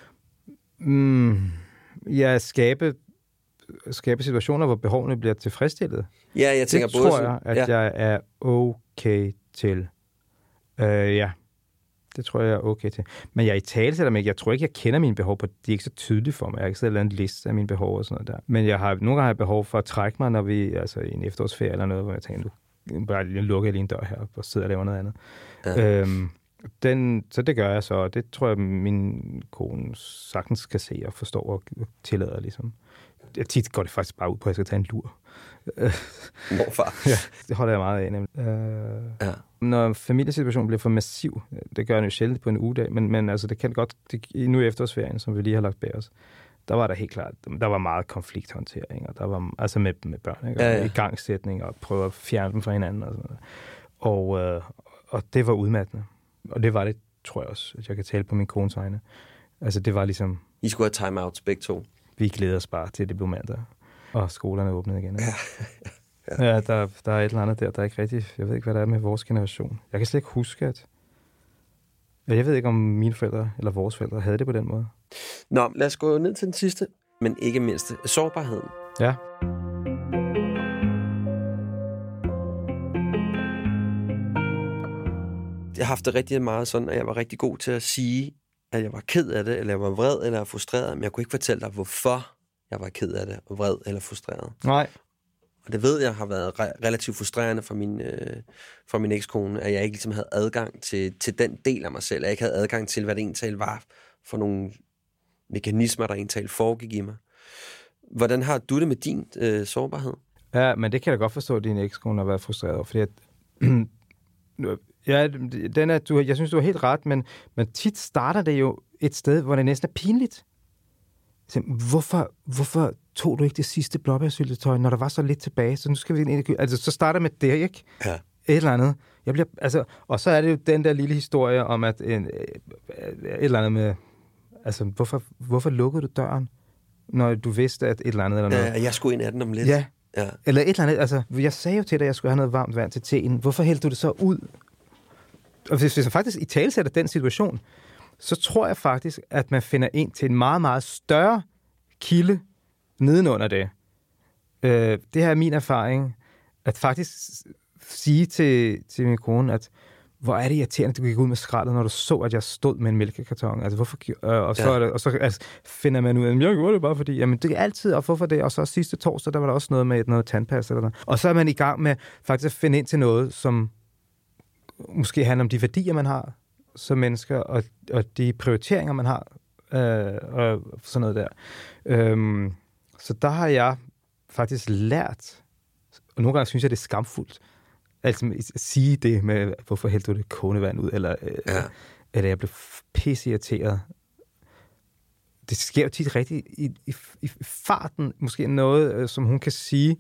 mm, jeg skaber skabe situationer, hvor behovene bliver tilfredsstillet.
Ja, jeg tænker
det
både...
tror jeg, at ja. jeg er okay til. Uh, ja, det tror jeg, jeg er okay til. Men jeg er i tale til dem ikke. Jeg tror ikke, jeg kender mine behov på. De er ikke så tydelige for mig. Jeg har ikke siddet en liste af mine behov og sådan noget der. Men jeg har nogle gange har jeg behov for at trække mig, når vi altså i en efterårsferie eller noget, hvor jeg tænker, nu bare lukker jeg lige en dør her og sidder og laver noget andet. Ja. Øhm, den, så det gør jeg så, og det tror jeg, min kone sagtens kan se og forstå og tillader ligesom. Jeg tit går det faktisk bare ud på, at jeg skal tage en lur.
Hvorfor?
Ja, det holder jeg meget af, nemlig. Uh, ja. Når familiesituationen bliver for massiv, det gør den jo sjældent på en ugedag, men, men altså, det kan godt, det, nu i efterårsferien, som vi lige har lagt bag os, der var der helt klart, der var meget konflikthåndtering, og der var, altså med, med børn, ikke? Og ja, ja. igangsætning, og prøve at fjerne dem fra hinanden, og sådan noget. Og, uh, og det var udmattende. Og det var det, tror jeg også, at jeg kan tale på min kones vegne. Altså, det var ligesom...
I skulle have time-outs begge to.
Vi glæder os bare til, det blev mandag, og skolerne åbnede igen.
Ja.
ja, ja der, der er et eller andet der, der er ikke rigtigt... Jeg ved ikke, hvad der er med vores generation. Jeg kan slet ikke huske, at Jeg ved ikke, om mine forældre eller vores forældre havde det på den måde.
Nå, lad os gå ned til den sidste, men ikke mindst sårbarheden.
Ja.
Jeg har haft det rigtig meget sådan, at jeg var rigtig god til at sige, at jeg var ked af det, eller jeg var vred, eller frustreret, men jeg kunne ikke fortælle dig, hvorfor jeg var ked af det, vred eller frustreret.
Nej.
Og det ved jeg har været re- relativt frustrerende for min, øh, for min ekskone, at jeg ikke ligesom havde adgang til, til den del af mig selv, at jeg ikke havde adgang til, hvad det egentlig var for nogle mekanismer, der egentlig foregik i mig. Hvordan har du det med din øh, sårbarhed?
Ja, men det kan jeg da godt forstå, at din ekskone har været frustreret over, fordi at, ja, den er, du, jeg synes, du har helt ret, men, men tit starter det jo et sted, hvor det næsten er pinligt. Så, hvorfor, hvorfor tog du ikke det sidste blåbærsyltetøj, når der var så lidt tilbage? Så nu skal vi ind i altså, så starter med det, ikke?
Ja.
Et eller andet. Jeg bliver, altså, og så er det jo den der lille historie om, at en, et eller andet med, altså, hvorfor, hvorfor lukkede du døren, når du vidste, at et eller andet eller noget?
Ja, jeg skulle ind af den om lidt.
Ja.
Ja.
Eller et eller andet, altså, jeg sagde jo til dig, at jeg skulle have noget varmt vand til teen. Hvorfor hældte du det så ud? Og hvis, hvis man faktisk i tale sætter den situation, så tror jeg faktisk, at man finder ind til en meget, meget større kilde nedenunder det. Øh, det her er min erfaring, at faktisk sige til, til min kone, at hvor er det irriterende, at du gik ud med skraldet, når du så, at jeg stod med en mælkekarton. Altså, hvorfor, øh, og så, ja. er det, og så altså, finder man ud af, at jeg gjorde det bare fordi, jamen det er altid, og hvorfor det? Og så sidste torsdag, der var der også noget med noget tandpasta eller noget. Og så er man i gang med faktisk at finde ind til noget, som måske handler om de værdier, man har som mennesker, og, og de prioriteringer, man har, øh, og sådan noget der. Øhm, så der har jeg faktisk lært, og nogle gange synes jeg, det er skamfuldt, altså at sige det med, hvorfor hældte du det kogende ud, eller, ja. eller jeg blev pisseirriteret. Det sker jo tit rigtig i, i, i farten, måske noget, som hun kan sige,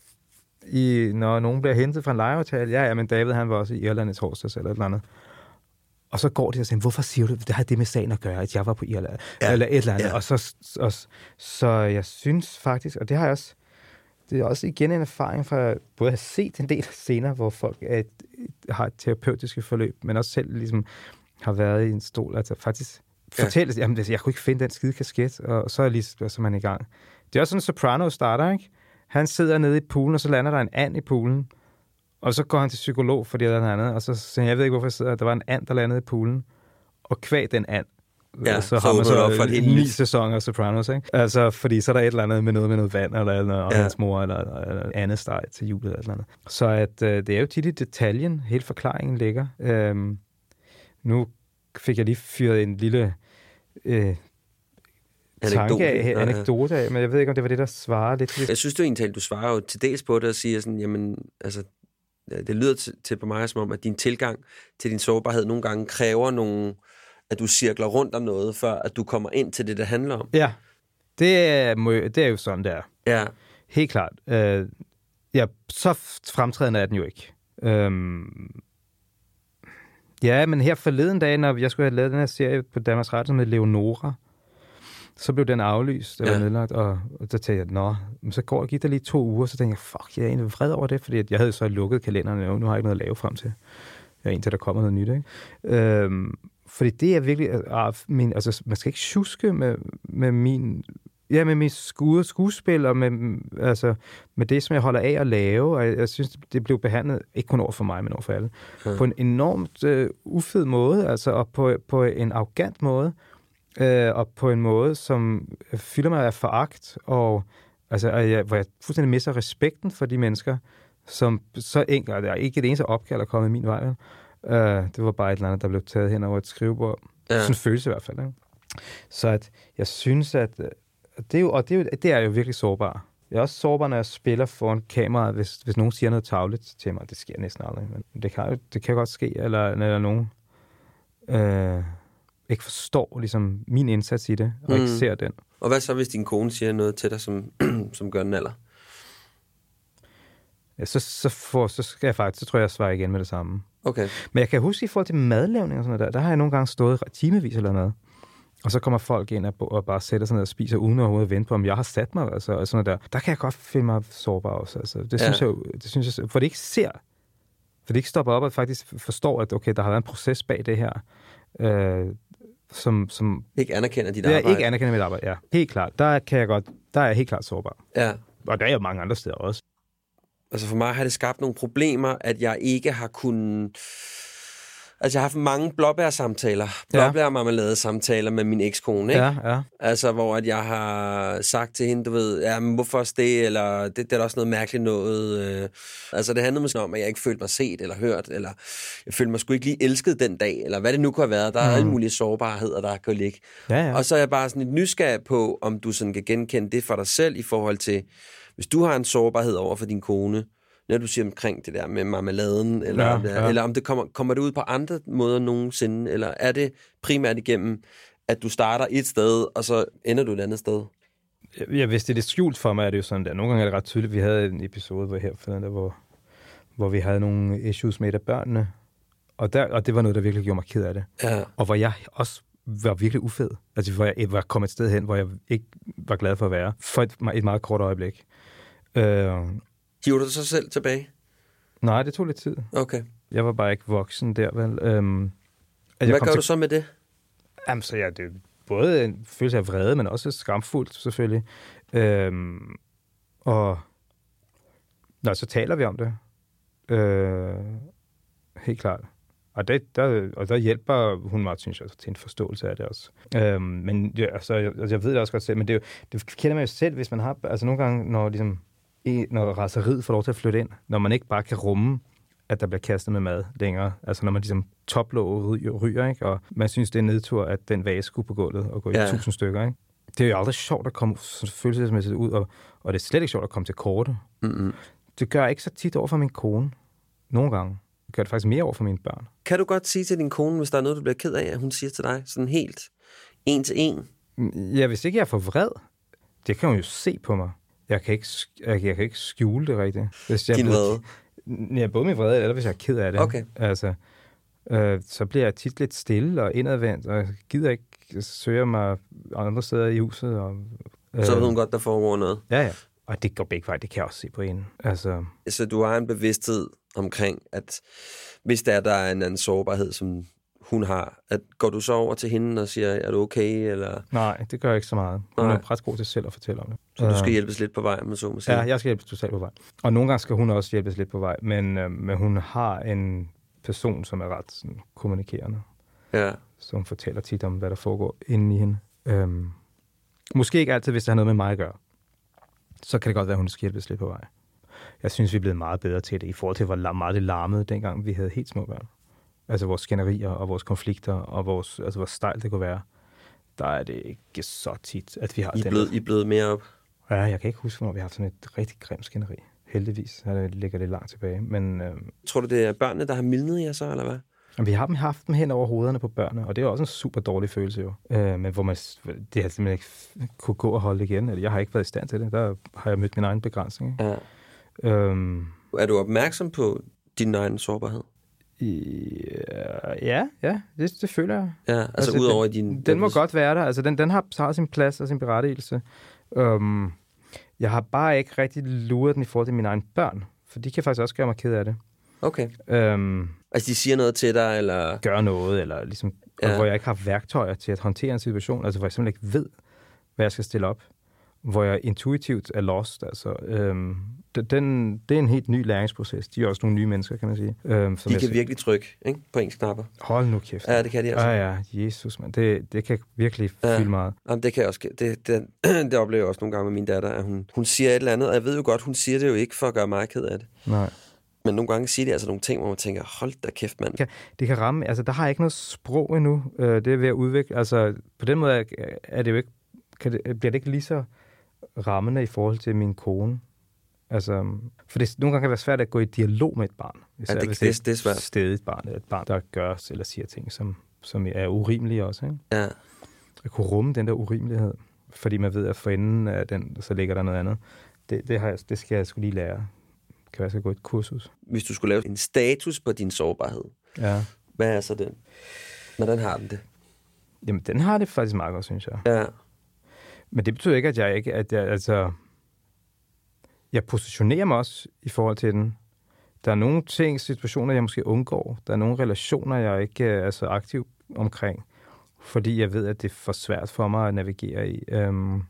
i, når nogen bliver hentet fra en lejeaftale. Ja, ja, men David, han var også i Irland i torsdags, eller et eller andet. Og så går de og siger, hvorfor siger du, det har det med sagen at gøre, at jeg var på Irland, ja. eller et eller andet. Ja. Og så, og, så jeg synes faktisk, og det har jeg også, det er også igen en erfaring fra både at have set en del scener, hvor folk er et, har et terapeutisk forløb, men også selv ligesom har været i en stol, altså faktisk ja. fortælle, jamen jeg kunne ikke finde den skide kasket, og så er lige så er man i gang. Det er også sådan en Soprano starter, ikke? Han sidder nede i poolen, og så lander der en and i poolen, og så går han til psykolog for det eller andet, og så siger jeg ved ikke, hvorfor jeg sidder, der var en and, der landede i poolen, og kvæg den and.
Ja,
så, så har man så
for
ni nyt. sæsoner af Sopranos, ikke? Altså, fordi så er der et eller andet med noget med noget vand, eller, eller og ja. hans mor, eller, eller andet steg til julet, eller et eller andet. Så at, øh, det er jo tit i detaljen, hele forklaringen ligger. Øhm, nu fik jeg lige fyret en lille øh, tanke af, anekdote af, men jeg ved ikke, om det var det, der svarer lidt til det.
Jeg synes, du egentlig, du svarer jo til dels på det, og siger sådan, jamen, altså, det lyder til, til på mig som om, at din tilgang til din sårbarhed nogle gange kræver nogle, at du cirkler rundt om noget, før at du kommer ind til det, det handler om. Ja,
det er, det er jo sådan, der.
Ja.
Helt klart. Øh, ja, så fremtrædende er den jo ikke. Øhm, ja, men her forleden dag, når jeg skulle have lavet den her serie på Danmarks Radio med Leonora, så blev den aflyst eller ja. nedlagt, og, og så tænkte jeg, nå, men så går jeg, gik der lige to uger, så tænkte jeg, fuck, jeg er egentlig vred over det, fordi jeg havde så lukket kalenderen, og nu har jeg ikke noget at lave frem til. Jeg er indtil der kommer noget nyt, ikke? Øhm, fordi det er virkelig, øh, min, altså man skal ikke sjuske med, med min, ja, med min skude, skuespil, og med, altså, med det, som jeg holder af at lave, og jeg, jeg synes, det blev behandlet, ikke kun over for mig, men over for alle, ja. på en enormt øh, ufed måde, altså, og på, på en arrogant måde, øh, og på en måde, som fylder mig af foragt, og altså, jeg, hvor jeg fuldstændig mister respekten for de mennesker, som så enkelt, og det er ikke det eneste opkald, der kom i min vej. Uh, det var bare et eller andet, der blev taget hen over et skrivebord. Ja. Sådan en følelse i hvert fald. Ikke? Så at jeg synes, at det er jo, og det er jo, det er jo virkelig sårbar. Jeg er også sårbar, når jeg spiller foran kameraet, hvis, hvis nogen siger noget tavligt til mig. Det sker næsten aldrig, men det kan jo det kan godt ske, eller, eller nogen øh, ikke forstår ligesom, min indsats i det, og mm. ikke ser den.
Og hvad så, hvis din kone siger noget til dig, som, som gør den alder?
Ja, så, så, får, så skal jeg faktisk, så tror jeg, jeg svarer igen med det samme.
Okay.
Men jeg kan huske, i forhold til madlavning og sådan noget der, der har jeg nogle gange stået timevis eller noget. Og så kommer folk ind og, og bare sætter sig ned og spiser, uden overhovedet at vente på, om jeg har sat mig, altså, og sådan noget der. Der kan jeg godt føle mig sårbar også, altså. Det synes ja. jeg, det synes jeg, for det ikke ser, for det ikke stopper op og faktisk forstår, at okay, der har været en proces bag det her. øh, som, som
ikke anerkender dit
det er
arbejde.
ikke anerkender mit arbejde, ja. Helt klart. Der kan jeg godt, der er jeg helt klart sårbar.
Ja.
Og der er jo mange andre steder også.
Altså for mig har det skabt nogle problemer, at jeg ikke har kunnet... Altså, jeg har haft mange blåbærsamtaler, blåbær-marmelade-samtaler med min ekskone, ikke?
Ja, ja.
Altså, hvor at jeg har sagt til hende, du ved, ja, men hvorfor også det, eller det, det er da også noget mærkeligt noget. Øh. Altså, det handlede måske om, at jeg ikke følte mig set eller hørt, eller jeg følte mig sgu ikke lige elsket den dag, eller hvad det nu kunne have været. Der er mm. alle mulige sårbarheder, der kan ligge.
Ja, ja.
Og så er jeg bare sådan lidt nysgerrig på, om du sådan kan genkende det for dig selv, i forhold til, hvis du har en sårbarhed over for din kone, når du siger omkring det der med marmeladen, eller,
ja,
om, det,
ja.
eller om det kommer, kommer det ud på andre måder nogensinde, eller er det primært igennem, at du starter et sted, og så ender du et andet sted?
Ja, hvis det er det skjult for mig, er det jo sådan der. Nogle gange er det ret tydeligt. Vi havde en episode hvor her, der, hvor, hvor vi havde nogle issues med et af børnene, og, der, og det var noget, der virkelig gjorde mig ked af det.
Ja.
Og hvor jeg også var virkelig ufed. Altså, hvor jeg var kommet et sted hen, hvor jeg ikke var glad for at være. For et, et meget kort øjeblik. Øh,
Hiver du dig så selv tilbage?
Nej, det tog lidt tid.
Okay.
Jeg var bare ikke voksen der, vel? Øhm,
Hvad gør til... du så med det?
Jamen, så ja, det er både en følelse af vrede, men også skamfuldt, selvfølgelig. Øhm, og Nå, så taler vi om det. Øh, helt klart. Og, det, der, og der hjælper hun mig, synes jeg, til en forståelse af det også. Øhm, men ja, altså, jeg, altså, jeg ved det også godt selv, men det, er jo, det kender man jo selv, hvis man har... Altså nogle gange, når, ligesom, når raseriet får lov til at flytte ind, når man ikke bare kan rumme, at der bliver kastet med mad længere. Altså når man ligesom toplåget ryger, ryger, ikke? Og man synes, det er nedtur, at den vase skulle på gulvet og gå i ja. tusind stykker, ikke? Det er jo aldrig sjovt at komme følelsesmæssigt ud, og, og det er slet ikke sjovt at komme til korte. Mm-hmm. Det gør jeg ikke så tit over for min kone. Nogle gange. Det gør det faktisk mere over for mine børn.
Kan du godt sige til din kone, hvis der er noget, du bliver ked af, at hun siger til dig sådan helt en til en?
Ja, hvis ikke jeg er for vred, det kan hun jo se på mig. Jeg kan ikke, jeg, jeg kan ikke skjule det rigtigt. Hvis jeg
Din vrede?
Ja, både min vrede, eller hvis jeg er ked af det.
Okay.
Altså, øh, så bliver jeg tit lidt stille og indadvendt, og jeg gider ikke søge mig andre steder i huset. Og, øh,
så ved hun godt, der foregår noget?
Ja, ja. Og det går begge veje, det kan jeg også se på en. Altså...
Så du har en bevidsthed omkring, at hvis der er, der er en anden sårbarhed, som hun har, at går du så over til hende og siger, er du okay? Eller?
Nej, det gør jeg ikke så meget. Hun Nej. er ret god til selv at fortælle om det.
Så du skal hjælpes lidt på vej, med så må sige?
Ja, jeg skal hjælpes totalt på vej. Og nogle gange skal hun også hjælpes lidt på vej, men, øh, men hun har en person, som er ret sådan, kommunikerende.
Ja.
Som fortæller tit om, hvad der foregår inde i hende. Øhm, måske ikke altid, hvis det har noget med mig at gøre. Så kan det godt være, at hun skal hjælpes lidt på vej. Jeg synes, vi er blevet meget bedre til det, i forhold til, hvor meget det larmede, dengang vi havde helt små børn. Altså vores skænderier og vores konflikter og vores, altså hvor stejlt det kunne være. Der er det ikke så tit, at vi har
I
den.
Blevet, I er blevet mere op?
Ja, jeg kan ikke huske, hvornår vi har haft sådan et rigtig grimt skænderi. Heldigvis, det ligger det langt tilbage. Men, øhm,
tror du, det er børnene, der har mildnet jer så, eller hvad?
Vi har dem haft dem hen over hovederne på børnene, og det er også en super dårlig følelse jo. Øh, men hvor man, det har simpelthen ikke kunne gå og holde igen. Eller jeg har ikke været i stand til det. Der har jeg mødt min egen begrænsning.
Ja.
Øhm,
er du opmærksom på din egen sårbarhed?
Ja, ja, det, det føler jeg.
Ja, altså, altså ud over din...
Den må godt være der. Altså den, den har, har sin plads og sin berettigelse. Um, jeg har bare ikke rigtig luret den i forhold til mine egne børn, for de kan faktisk også gøre mig ked af det.
Okay.
Um,
altså de siger noget til dig, eller...
Gør noget, eller ligesom... Ja. Hvor jeg ikke har værktøjer til at håndtere en situation, altså hvor jeg simpelthen ikke ved, hvad jeg skal stille op. Hvor jeg intuitivt er lost, altså... Um, Den, det er en helt ny læringsproces. De er også nogle nye mennesker, kan man sige. Øhm, som
de kan virkelig trykke, ikke? På ens knapper.
Hold nu kæft.
Ja, det kan de altså.
Ja, ja, Jesus, man. Det, det kan virkelig ja. fylde meget.
Jamen, det kan jeg også. Det, det, det oplever jeg også nogle gange med min datter, at hun, hun siger et eller andet, og jeg ved jo godt, hun siger det jo ikke for at gøre mig ked af det.
Nej.
Men nogle gange siger de altså nogle ting, hvor man tænker, hold da kæft, mand.
Det kan, det kan ramme. Altså, der har jeg ikke noget sprog endnu. Det er ved at udvikle. Altså, på den måde er det jo ikke, kan det, bliver det ikke lige så rammende i forhold til min kone. Altså, for det nogle gange kan det være svært at gå i dialog med et barn.
Ja, det, det, det, det er svært.
Stedigt barn, et barn, der gør eller siger ting, som, som er urimelige også. Ikke?
Ja.
At kunne rumme den der urimelighed, fordi man ved, at for enden af den, så ligger der noget andet. Det, det, har jeg, det skal jeg sgu lige lære. Det kan være, at jeg skal gå et kursus.
Hvis du skulle lave en status på din sårbarhed,
ja.
Hvad er så den? Hvordan har den det?
Jamen, den har det faktisk meget godt, synes jeg.
Ja.
Men det betyder ikke, at jeg ikke... At jeg, altså, jeg positionerer mig også i forhold til den. Der er nogle ting, situationer, jeg måske undgår. Der er nogle relationer, jeg ikke er så aktiv omkring, fordi jeg ved, at det er for svært for mig at navigere i. Øhm,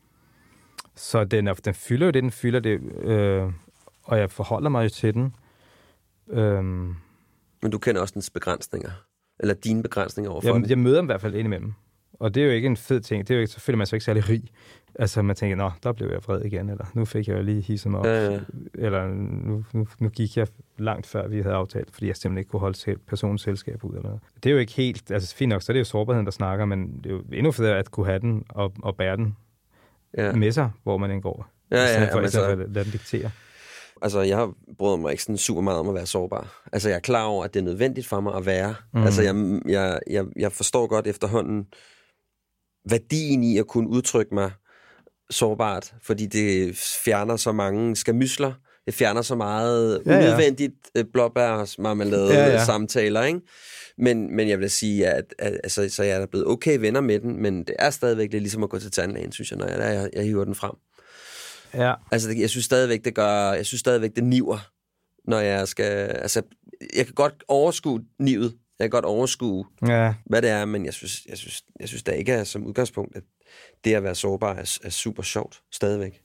så den, den fylder jo det, den fylder det, øh, og jeg forholder mig jo til den. Øhm,
Men du kender også dens begrænsninger, eller dine begrænsninger overfor
jeg,
den?
Jeg møder dem i hvert fald indimellem. Og det er jo ikke en fed ting. Det er jo ikke, så føler man sig ikke særlig rig. Altså, man tænker, nå, der blev jeg vred igen, eller nu fik jeg jo lige hisset mig op. Ja, ja. Eller nu, nu, nu gik jeg langt før, vi havde aftalt, fordi jeg simpelthen ikke kunne holde selv, personens selskab ud. Eller noget. Det er jo ikke helt, altså fint nok, så er det jo sårbarheden, der snakker, men det er jo endnu federe at kunne have den og, og bære den ja. med sig, hvor man indgår.
Ja, ja, ja.
For
Altså,
at lade den diktere.
Altså, jeg bryder mig ikke sådan super meget om at være sårbar. Altså, jeg er klar over, at det er nødvendigt for mig at være. Mm. Altså, jeg, jeg, jeg, jeg forstår godt efterhånden værdien i at kunne udtrykke mig sårbart, fordi det fjerner så mange skamysler, det fjerner så meget ja, ja. unødvendigt blåbærsmarmelade ja, ja. samtaler, ikke? Men, men jeg vil sige, at, at altså, så jeg er blevet okay venner med den, men det er stadigvæk lidt ligesom at gå til tandlægen, synes jeg, når jeg, jeg, jeg hiver den frem. Ja. Altså, jeg synes stadigvæk, det gør, jeg synes stadigvæk, det niver, når jeg skal, altså, jeg kan godt overskue nivet, jeg kan godt overskue, ja. hvad det er, men jeg synes, jeg synes, jeg synes da ikke er som udgangspunkt, at det at være sårbar er, er super sjovt, stadigvæk.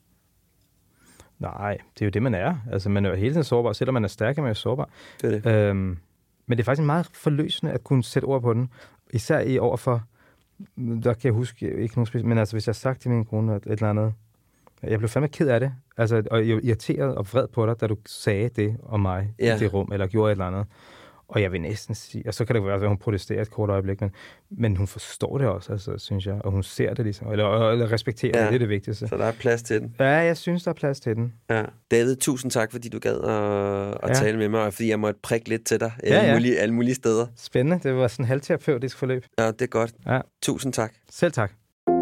Nej, det er jo det, man er. Altså, man er jo hele tiden sårbar, selvom man er stærk, er man jo sårbar.
Det er det.
Øhm, men det er faktisk meget forløsende at kunne sætte ord på den, især i overfor, der kan jeg huske, ikke nogen specielt, men altså, hvis jeg har sagt til min kone et eller andet, jeg blev fandme ked af det, altså, og jeg var irriteret og vred på dig, da du sagde det om mig ja. i det rum, eller gjorde et eller andet. Og jeg vil næsten sige, og så kan det være, at hun protesterer et kort øjeblik, men, men hun forstår det også, altså, synes jeg, og hun ser det ligesom, eller, eller respekterer ja. det, det er det vigtigste.
Så der er plads til den?
Ja, jeg synes, der er plads til den.
Ja. David, tusind tak, fordi du gad at, at ja. tale med mig, og fordi jeg måtte prikke lidt til dig alle, ja, ja. Mulige, alle mulige steder.
Spændende, det var sådan en halvterapeutisk forløb.
Ja, det er godt.
Ja.
Tusind tak.
Selv tak.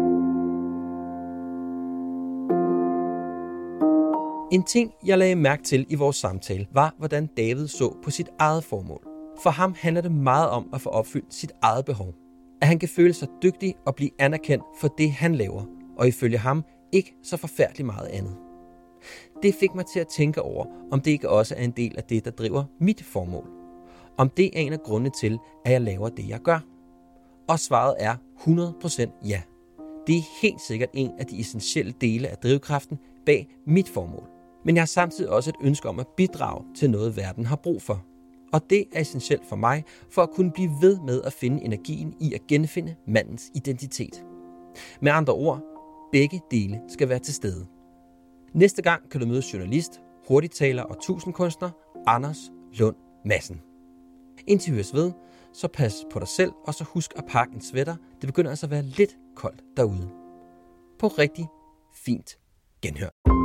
En ting, jeg lagde mærke til i vores samtale, var, hvordan David så på sit eget formål. For ham handler det meget om at få opfyldt sit eget behov. At han kan føle sig dygtig og blive anerkendt for det, han laver, og ifølge ham ikke så forfærdeligt meget andet. Det fik mig til at tænke over, om det ikke også er en del af det, der driver mit formål. Om det er en af grundene til, at jeg laver det, jeg gør. Og svaret er hundrede procent ja. Det er helt sikkert en af de essentielle dele af drivkraften bag mit formål. Men jeg har samtidig også et ønske om at bidrage til noget, verden har brug for. Og det er essentielt for mig, for at kunne blive ved med at finde energien i at genfinde mandens identitet. Med andre ord, begge dele skal være til stede. Næste gang kan du møde journalist, hurtigtaler og tusindkunstner Anders Lund Madsen. Indtil vi høres ved, så pas på dig selv, og så husk at pakke en sweater. Det begynder altså at være lidt koldt derude. På rigtig fint genhør.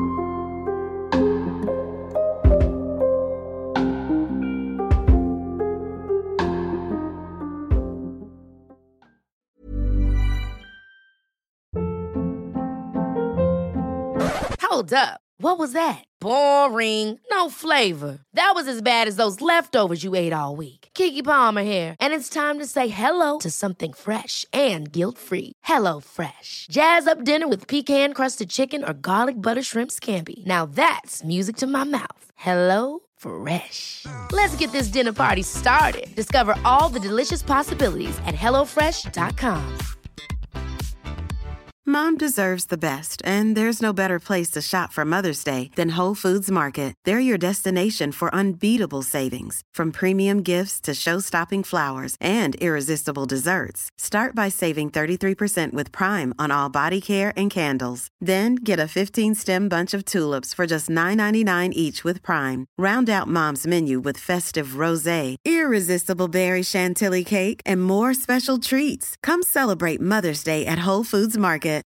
Hold up. What was that? Boring. No flavor. That was as bad as those leftovers you ate all week. Keke Palmer here, and it's time to say hello to something fresh and guilt-free. Hello Fresh. Jazz up dinner with pecan-crusted chicken or garlic butter shrimp scampi. Now that's music to my mouth. Hello Fresh. Let's get this dinner party started. Discover all the delicious possibilities at hello fresh dot com.
Mom deserves the best, and there's no better place to shop for Mother's Day than Whole Foods Market. They're your destination for unbeatable savings, from premium gifts to show-stopping flowers and irresistible desserts. Start by saving thirty-three percent with Prime on all body care and candles. Then get a fifteen-stem bunch of tulips for just nine ninety-nine each with Prime. Round out Mom's menu with festive rosé, irresistible berry chantilly cake, and more special treats. Come celebrate Mother's Day at Whole Foods Market.